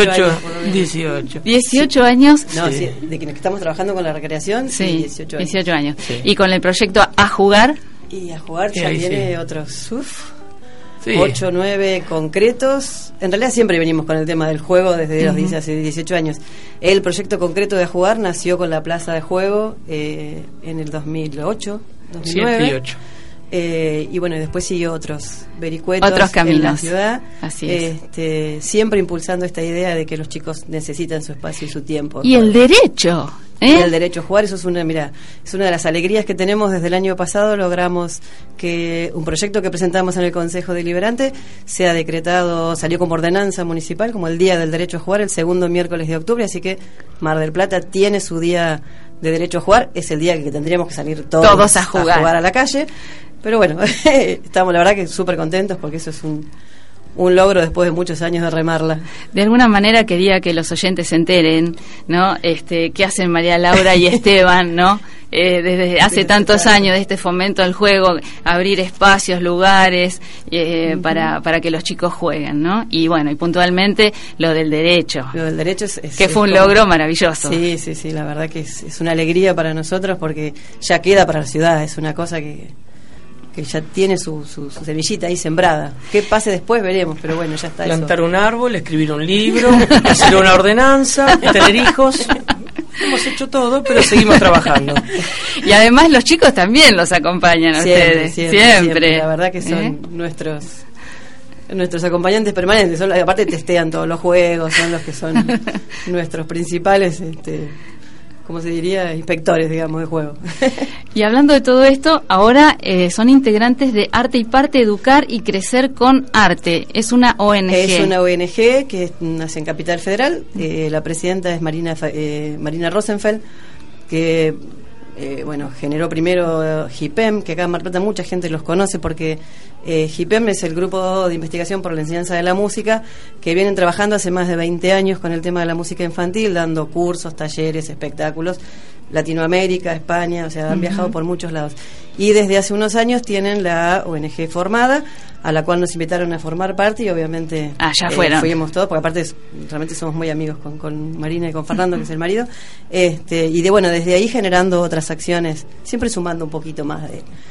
18 años. No, sí. De que estamos trabajando con la recreación. Sí, 18 años. Sí. Y con el proyecto A Jugar. Y A Jugar ya viene otros 8 o 9 concretos. En realidad siempre venimos con el tema del juego desde los hace 18 años. El proyecto concreto de A Jugar nació con la plaza de juego en el 2008, 2009. 7 y 8. Y bueno, después siguió otros vericuetos otros caminos en la ciudad. Así es. Siempre impulsando esta idea de que los chicos necesitan su espacio y su tiempo. Y el derecho El derecho a jugar, eso es una de las alegrías que tenemos desde el año pasado. Logramos que un proyecto que presentamos en el Consejo Deliberante sea decretado, salió como ordenanza municipal, como el Día del Derecho a Jugar, el segundo miércoles de octubre, así que Mar del Plata tiene su día de derecho a jugar. Es el día que tendríamos que salir todos a jugar a la calle, pero bueno, estamos la verdad que súper contentos porque eso es un logro después de muchos años de remarla. De alguna manera quería que los oyentes se enteren, ¿no? Qué hacen María Laura y Esteban, ¿no? Desde hace tantos años de este fomento al juego, abrir espacios, lugares para que los chicos jueguen, ¿no? Y bueno, y puntualmente lo del derecho. Lo del derecho que fue un logro maravilloso. Sí, la verdad que es una alegría para nosotros porque ya queda para la ciudad, es una cosa que ya tiene su semillita ahí sembrada. ¿Qué pase después? Veremos, pero bueno, ya está. Plantar un árbol, escribir un libro, hacer una ordenanza, tener hijos. Hemos hecho todo, pero seguimos trabajando. Y además los chicos también los acompañan a ustedes. Siempre. La verdad que son nuestros acompañantes permanentes. Aparte testean todos los juegos, son los que son nuestros principales... ¿cómo se diría? Inspectores, digamos, de juego. Y hablando de todo esto, ahora son integrantes de Arte y Parte, Educar y Crecer con Arte. Es una ONG. Es una ONG que nace en Capital Federal. La presidenta es Marina Rosenfeld, que generó primero HIPEM, que acá en Mar del Plata mucha gente los conoce porque HIPEM es el grupo de investigación por la enseñanza de la música que vienen trabajando hace más de 20 años con el tema de la música infantil, dando cursos, talleres, espectáculos, Latinoamérica, España, o sea, han viajado por muchos lados. Y desde hace unos años tienen la ONG formada, a la cual nos invitaron a formar parte y obviamente fuimos todos, porque aparte realmente somos muy amigos con Marina y con Fernando, que es el marido, y desde ahí generando otras acciones, siempre sumando un poquito más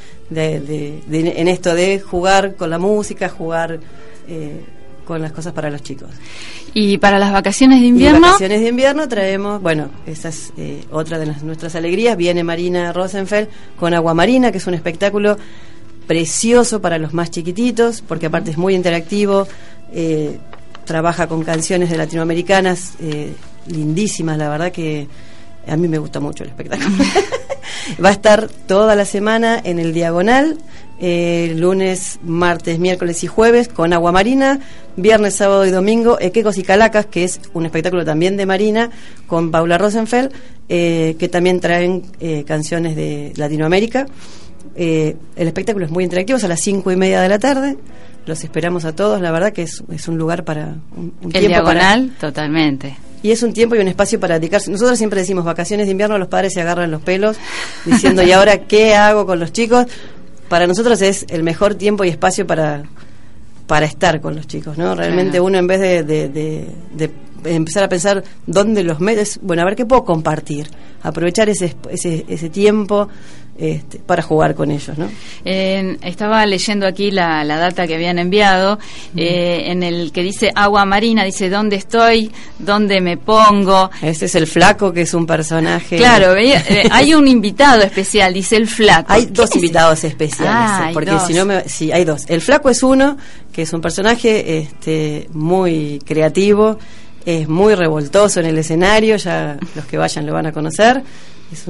en esto de jugar con la música, jugar con las cosas para los chicos. ¿Y para las vacaciones de invierno? Las vacaciones de invierno traemos, esa es otra de nuestras alegrías, viene Marina Rosenfeld con Agua Marina, que es un espectáculo precioso para los más chiquititos, porque aparte es muy interactivo, trabaja con canciones de latinoamericanas lindísimas, la verdad que a mí me gusta mucho el espectáculo. Va a estar toda la semana en el Diagonal, lunes, martes, miércoles y jueves con Agua Marina, viernes, sábado y domingo Equecos y Calacas, que es un espectáculo también de Marina con Paula Rosenfeld, que también traen canciones de Latinoamérica. El espectáculo es muy interactivo, es a las 5:30 de la tarde. Los esperamos a todos, la verdad que es un lugar para un tiempo. El Diagonal, totalmente. Y es un tiempo y un espacio para dedicarse. Nosotros siempre decimos vacaciones de invierno, los padres se agarran los pelos diciendo, ¿y ahora qué hago con los chicos? Para nosotros es el mejor tiempo y espacio para estar con los chicos, ¿no? Realmente uno, en vez de empezar a pensar dónde los metes, a ver qué puedo compartir, aprovechar ese tiempo para jugar con ellos, ¿no? Estaba leyendo aquí la data que habían enviado, en el que dice Agua Marina, dice ¿dónde estoy? ¿Dónde me pongo? Ese es el Flaco, que es un personaje. Claro, hay un invitado especial, dice el Flaco. Hay dos invitados especiales, porque si no sí, hay dos. El Flaco es uno, que es un personaje muy creativo, es muy revoltoso en el escenario, ya los que vayan lo van a conocer. Es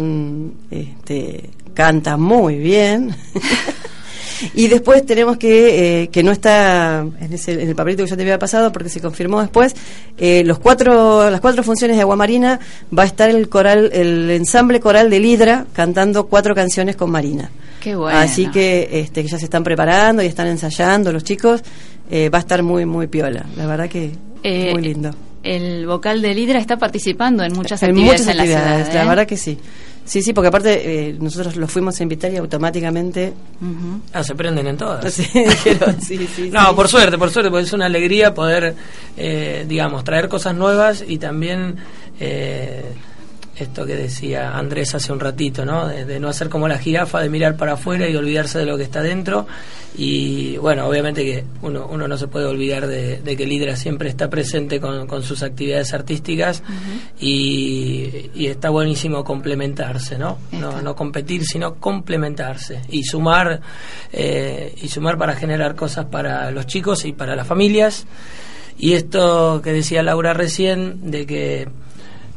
canta muy bien. Y después tenemos que no está en el papelito que yo te había pasado porque se confirmó después, las cuatro funciones de Agua Marina va a estar el ensamble coral del Hidra cantando 4 canciones con Marina. Qué bueno. Así que ya se están preparando y están ensayando los chicos. Va a estar muy muy piola, la verdad que muy lindo. El vocal del Hidra está participando en muchas actividades en la ciudad, la verdad que sí. Sí, porque aparte nosotros los fuimos a invitar y automáticamente... se prenden en todas. Sí, no, sí. Por suerte, porque es una alegría poder, traer cosas nuevas y también... esto que decía Andrés hace un ratito, ¿no? De no hacer como la jirafa, de mirar para afuera y olvidarse de lo que está dentro. Y obviamente que uno no se puede olvidar de que el Hidra siempre está presente con sus actividades artísticas, y está buenísimo complementarse, ¿no? No competir, sino complementarse y sumar para generar cosas para los chicos y para las familias. Y esto que decía Laura recién, de que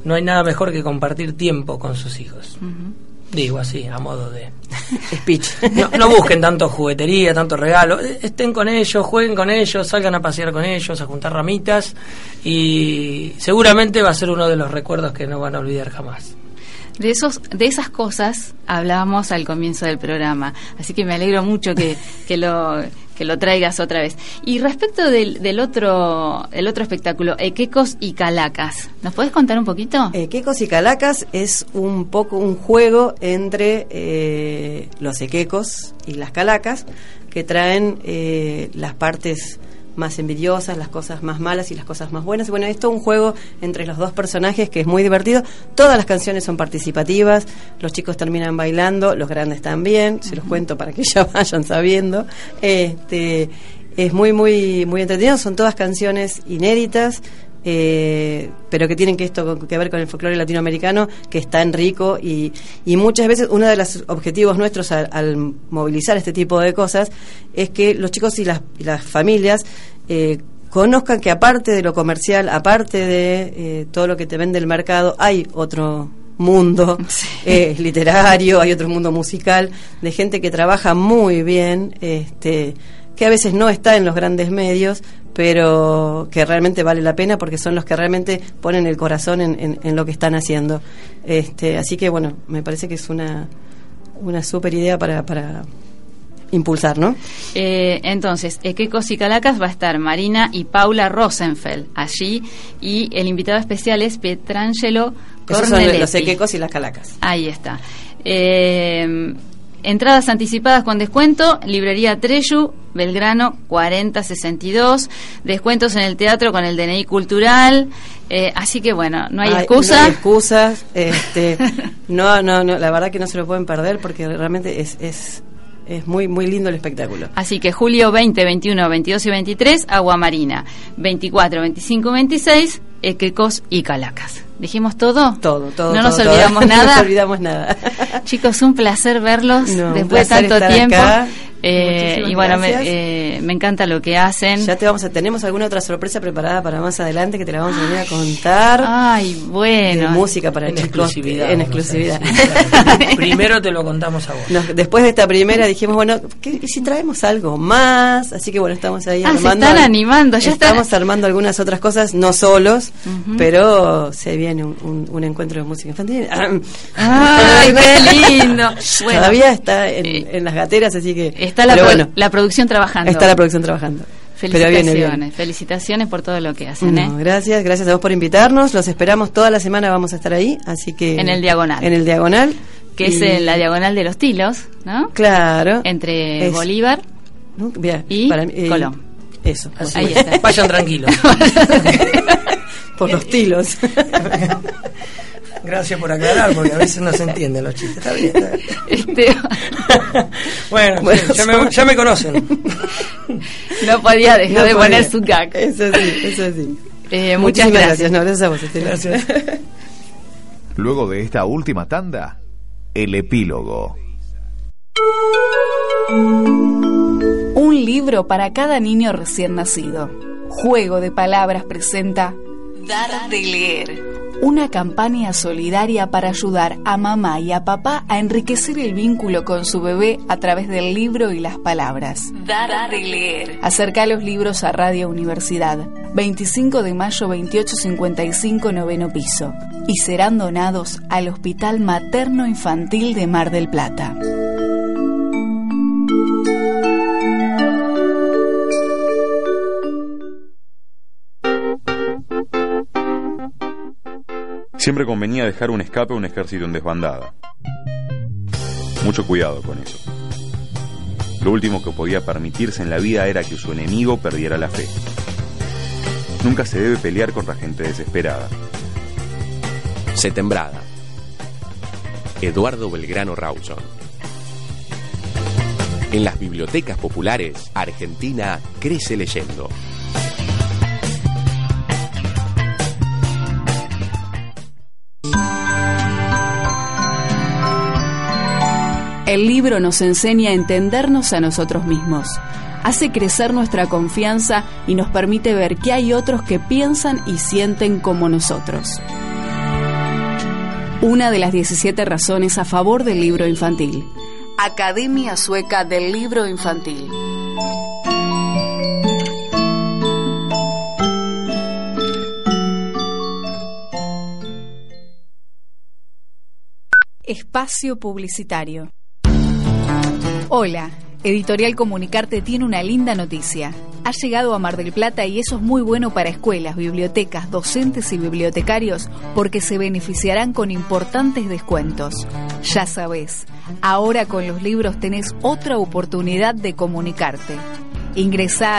no hay nada mejor que compartir tiempo con sus hijos. Digo así, a modo de speech. No busquen tanto juguetería, tanto regalo. Estén con ellos, jueguen con ellos, salgan a pasear con ellos, a juntar ramitas, y seguramente va a ser uno de los recuerdos que no van a olvidar jamás. De esas cosas hablábamos al comienzo del programa, así que me alegro mucho que lo traigas otra vez. Y respecto del otro espectáculo, Equecos y Calacas, ¿nos podés contar un poquito? Equecos y Calacas es un poco un juego entre los equecos y las calacas, que traen las partes más envidiosas, las cosas más malas y las cosas más buenas. Y bueno, esto es un juego entre los dos personajes que es muy divertido. Todas las canciones son participativas, los chicos terminan bailando, los grandes también, se los cuento para que ya vayan sabiendo. Es muy, muy, muy entretenido, son todas canciones inéditas, pero que tienen que ver con el folclore latinoamericano, que es tan rico, y muchas veces uno de los objetivos nuestros al movilizar este tipo de cosas es que los chicos y las familias conozcan que aparte de lo comercial, aparte de todo lo que te vende el mercado, hay otro mundo literario, hay otro mundo musical, de gente que trabaja muy bien, que a veces no está en los grandes medios, pero que realmente vale la pena porque son los que realmente ponen el corazón en lo que están haciendo. Así que bueno, me parece que es una súper idea para impulsar, ¿no? Entonces, Equecos y Calacas va a estar Marina y Paula Rosenfeld allí, y el invitado especial es Pietrangelo Corneletti. Esos son los Equecos y las Calacas. Ahí está. Entradas anticipadas con descuento, librería Treyu, Belgrano 4062, descuentos en el teatro con el DNI cultural, así que bueno, no hay excusa. No hay excusas, no, la verdad que no se lo pueden perder porque realmente es muy, muy lindo el espectáculo. Así que julio 20, 21, 22 y 23, Agua Marina, 24, 25, 26, Equecos y Calacas. ¿Dijimos todo? Todo. ¿No nos olvidamos nada? No nos olvidamos nada. Chicos, un placer verlos después de tanto tiempo. Y bueno, me encanta lo que hacen. Ya tenemos alguna otra sorpresa preparada para más adelante que te la vamos a venir a contar. Ay, bueno. De música para chicos. En exclusividad. Primero te lo contamos a vos. Después de esta primera dijimos, bueno, ¿y si traemos algo más? Así que bueno, estamos ahí armando. Se están animando. Estamos armando algunas otras cosas, no solos, pero se viene un encuentro de música infantil. ¡Ay, qué lindo! Bueno, todavía está en las gateras, así que está la producción trabajando. Está la producción trabajando. Felicitaciones, felicitaciones por todo lo que hacen. Gracias a vos por invitarnos. Los esperamos toda la semana, vamos a estar ahí, así que en el Diagonal. Que es en la Diagonal de los Tilos, ¿no? Claro. Entre Bolívar y Colón. Eso. Ahí está. Vayan tranquilos. Por los Tilos. Gracias por aclarar, porque a veces no se entienden los chistes. Está bien. Bueno, ya me conocen. No podía dejar de poner su gag. Eso sí. Muchas gracias. Gracias a vos, Gracias. Luego de esta última tanda, el epílogo. Un libro para cada niño recién nacido. Juego de Palabras presenta Dar de Leer. Una campaña solidaria para ayudar a mamá y a papá a enriquecer el vínculo con su bebé a través del libro y las palabras. Dar de Leer. Acerca los libros a Radio Universidad, 25 de mayo 2855, 9º piso. Y serán donados al Hospital Materno Infantil de Mar del Plata. Siempre convenía dejar un escape a un ejército en desbandada. Mucho cuidado con eso. Lo último que podía permitirse en la vida era que su enemigo perdiera la fe. Nunca se debe pelear contra gente desesperada. Setembrada. Eduardo Belgrano Rawson. En las bibliotecas populares, Argentina crece leyendo. El libro nos enseña a entendernos a nosotros mismos, hace crecer nuestra confianza y nos permite ver que hay otros que piensan y sienten como nosotros. una de las 17 razones a favor del libro infantil. Academia Sueca del Libro Infantil. Espacio publicitario. Hola, Editorial Comunicarte tiene una linda noticia. Ha llegado a Mar del Plata y eso es muy bueno para escuelas, bibliotecas, docentes y bibliotecarios porque se beneficiarán con importantes descuentos. Ya sabes, ahora con los libros tenés otra oportunidad de comunicarte. Ingresá a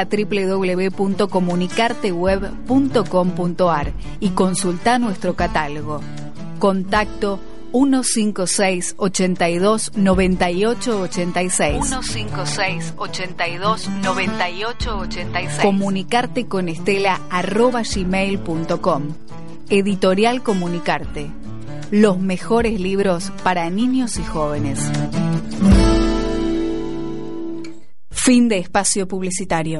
www.comunicarteweb.com.ar y consultá nuestro catálogo. Contacto 156 82 98 86. 156 82 98 86. Comunicarte con Estela @gmail.com. Editorial Comunicarte. Los mejores libros para niños y jóvenes. Fin de espacio publicitario.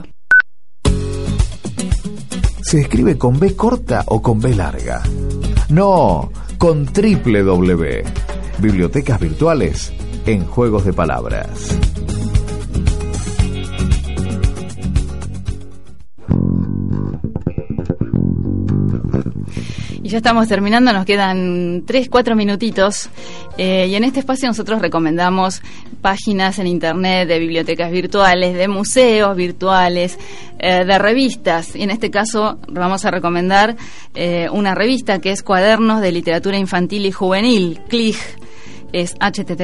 ¿Se escribe con B corta o con B larga? No, con W. Bibliotecas virtuales en juegos de palabras. Y ya estamos terminando, nos quedan 3-4 minutitos y en este espacio nosotros recomendamos páginas en internet de bibliotecas virtuales, de museos virtuales, de revistas, y en este caso vamos a recomendar una revista que es Cuadernos de Literatura Infantil y Juvenil, CLIG. Es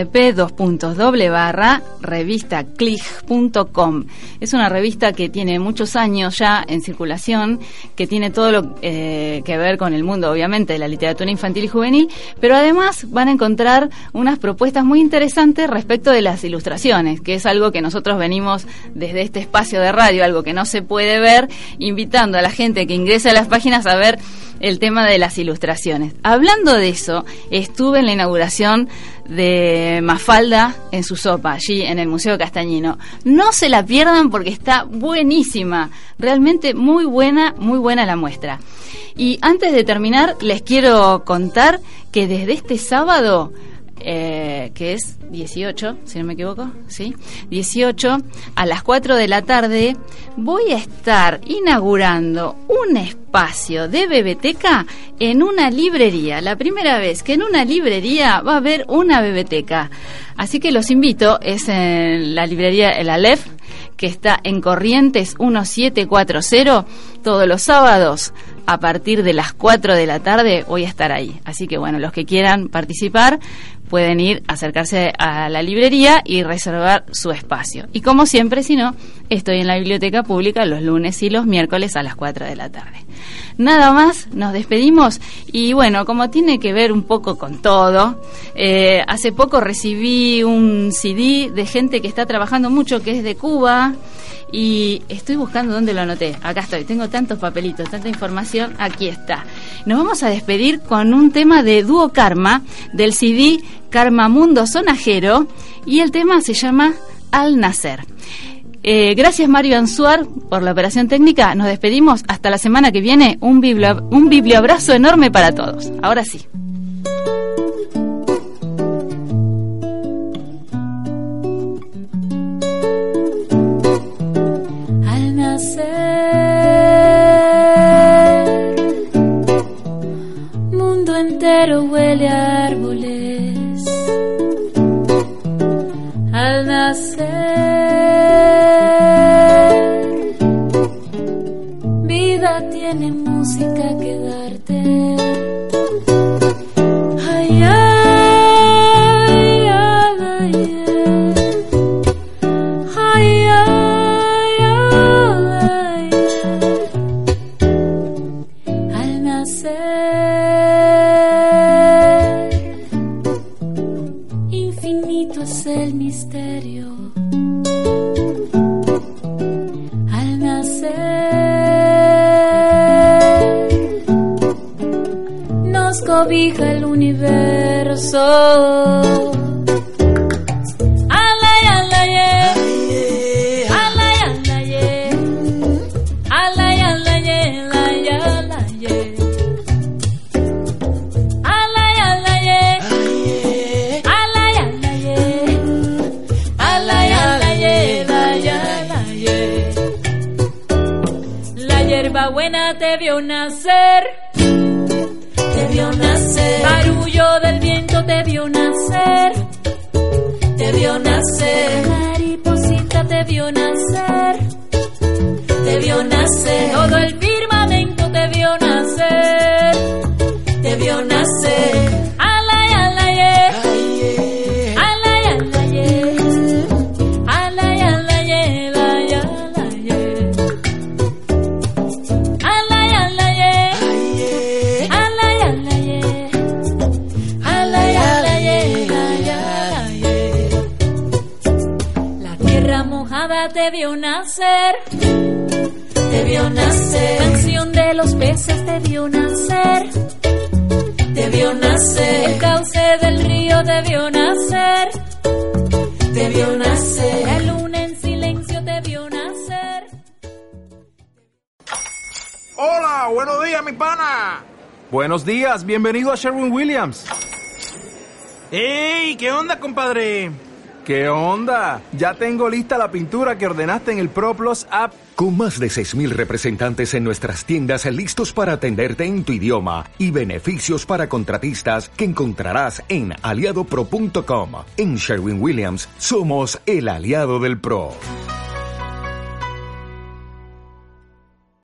http://revistaclig.com. Es una revista que tiene muchos años ya en circulación, que tiene todo lo que ver con el mundo, obviamente, de la literatura infantil y juvenil, pero además van a encontrar unas propuestas muy interesantes respecto de las ilustraciones, que es algo que nosotros venimos desde este espacio de radio, algo que no se puede ver, invitando a la gente que ingrese a las páginas a ver el tema de las ilustraciones. Hablando de eso, estuve en la inauguración de Mafalda en su sopa, allí en el Museo Castañino. No se la pierdan porque está buenísima, realmente muy buena la muestra. Y antes de terminar, les quiero contar que desde este sábado, que es 18, si no me equivoco, ¿sí? 18, a las 4 de la tarde, voy a estar inaugurando un espacio de bebeteca en una librería. La primera vez que en una librería va a haber una bebeteca. Así que los invito, es en la librería El Aleph, que está en Corrientes 1740, todos los sábados. A partir de las 4 de la tarde voy a estar ahí. Así que bueno, los que quieran participar pueden ir, acercarse a la librería y reservar su espacio. Y como siempre, si no, estoy en la biblioteca pública los lunes y los miércoles a las 4 de la tarde. Nada más, nos despedimos y bueno, como tiene que ver un poco con todo, hace poco recibí un CD de gente que está trabajando mucho, que es de Cuba, y estoy buscando dónde lo anoté. Acá estoy, tengo tantos papelitos, tanta información, aquí está. Nos vamos a despedir con un tema de Dúo Karma, del CD Karma Mundo Sonajero, y el tema se llama Al Nacer. Gracias Mario Anzuar por la operación técnica. Nos despedimos hasta la semana que viene. Un biblioabrazo enorme para todos. Ahora sí. Al nacer, mundo entero huele a árboles. Al nacer, vida tiene música que darte. Ay, ay, ay, ay, ay, ay, ay, al nacer, infinito es el misterio. Al nacer, nos cobija el universo. Alay, alay, alay, alay, alay, alay, alay, alay, alay, alay, hierba buena te vio nacer. Te vio nacer. Barullo del viento te vio nacer. Te vio nacer. Mariposita te vio nacer. Te vio nacer. Todo el firmamento te vio nacer. Te vio nacer. Alay, alay, alay, alay, alay, alay, alay, alay, alay, alay. La tierra mojada te vio nacer. Te vio nacer. Canción de los peces te vio nacer. Te vio nacer. El cauce del río te vio nacer. Te vio nacer. La luna en silencio te vio nacer. Hola, buenos días, mi pana. Buenos días, bienvenido a Sherwin-Williams. ¡Ey! ¿Qué onda, compadre? ¿Qué onda? Ya tengo lista la pintura que ordenaste en el ProPlus app. Con más de 6,000 representantes en nuestras tiendas listos para atenderte en tu idioma y beneficios para contratistas que encontrarás en aliadopro.com. En Sherwin-Williams somos el aliado del pro.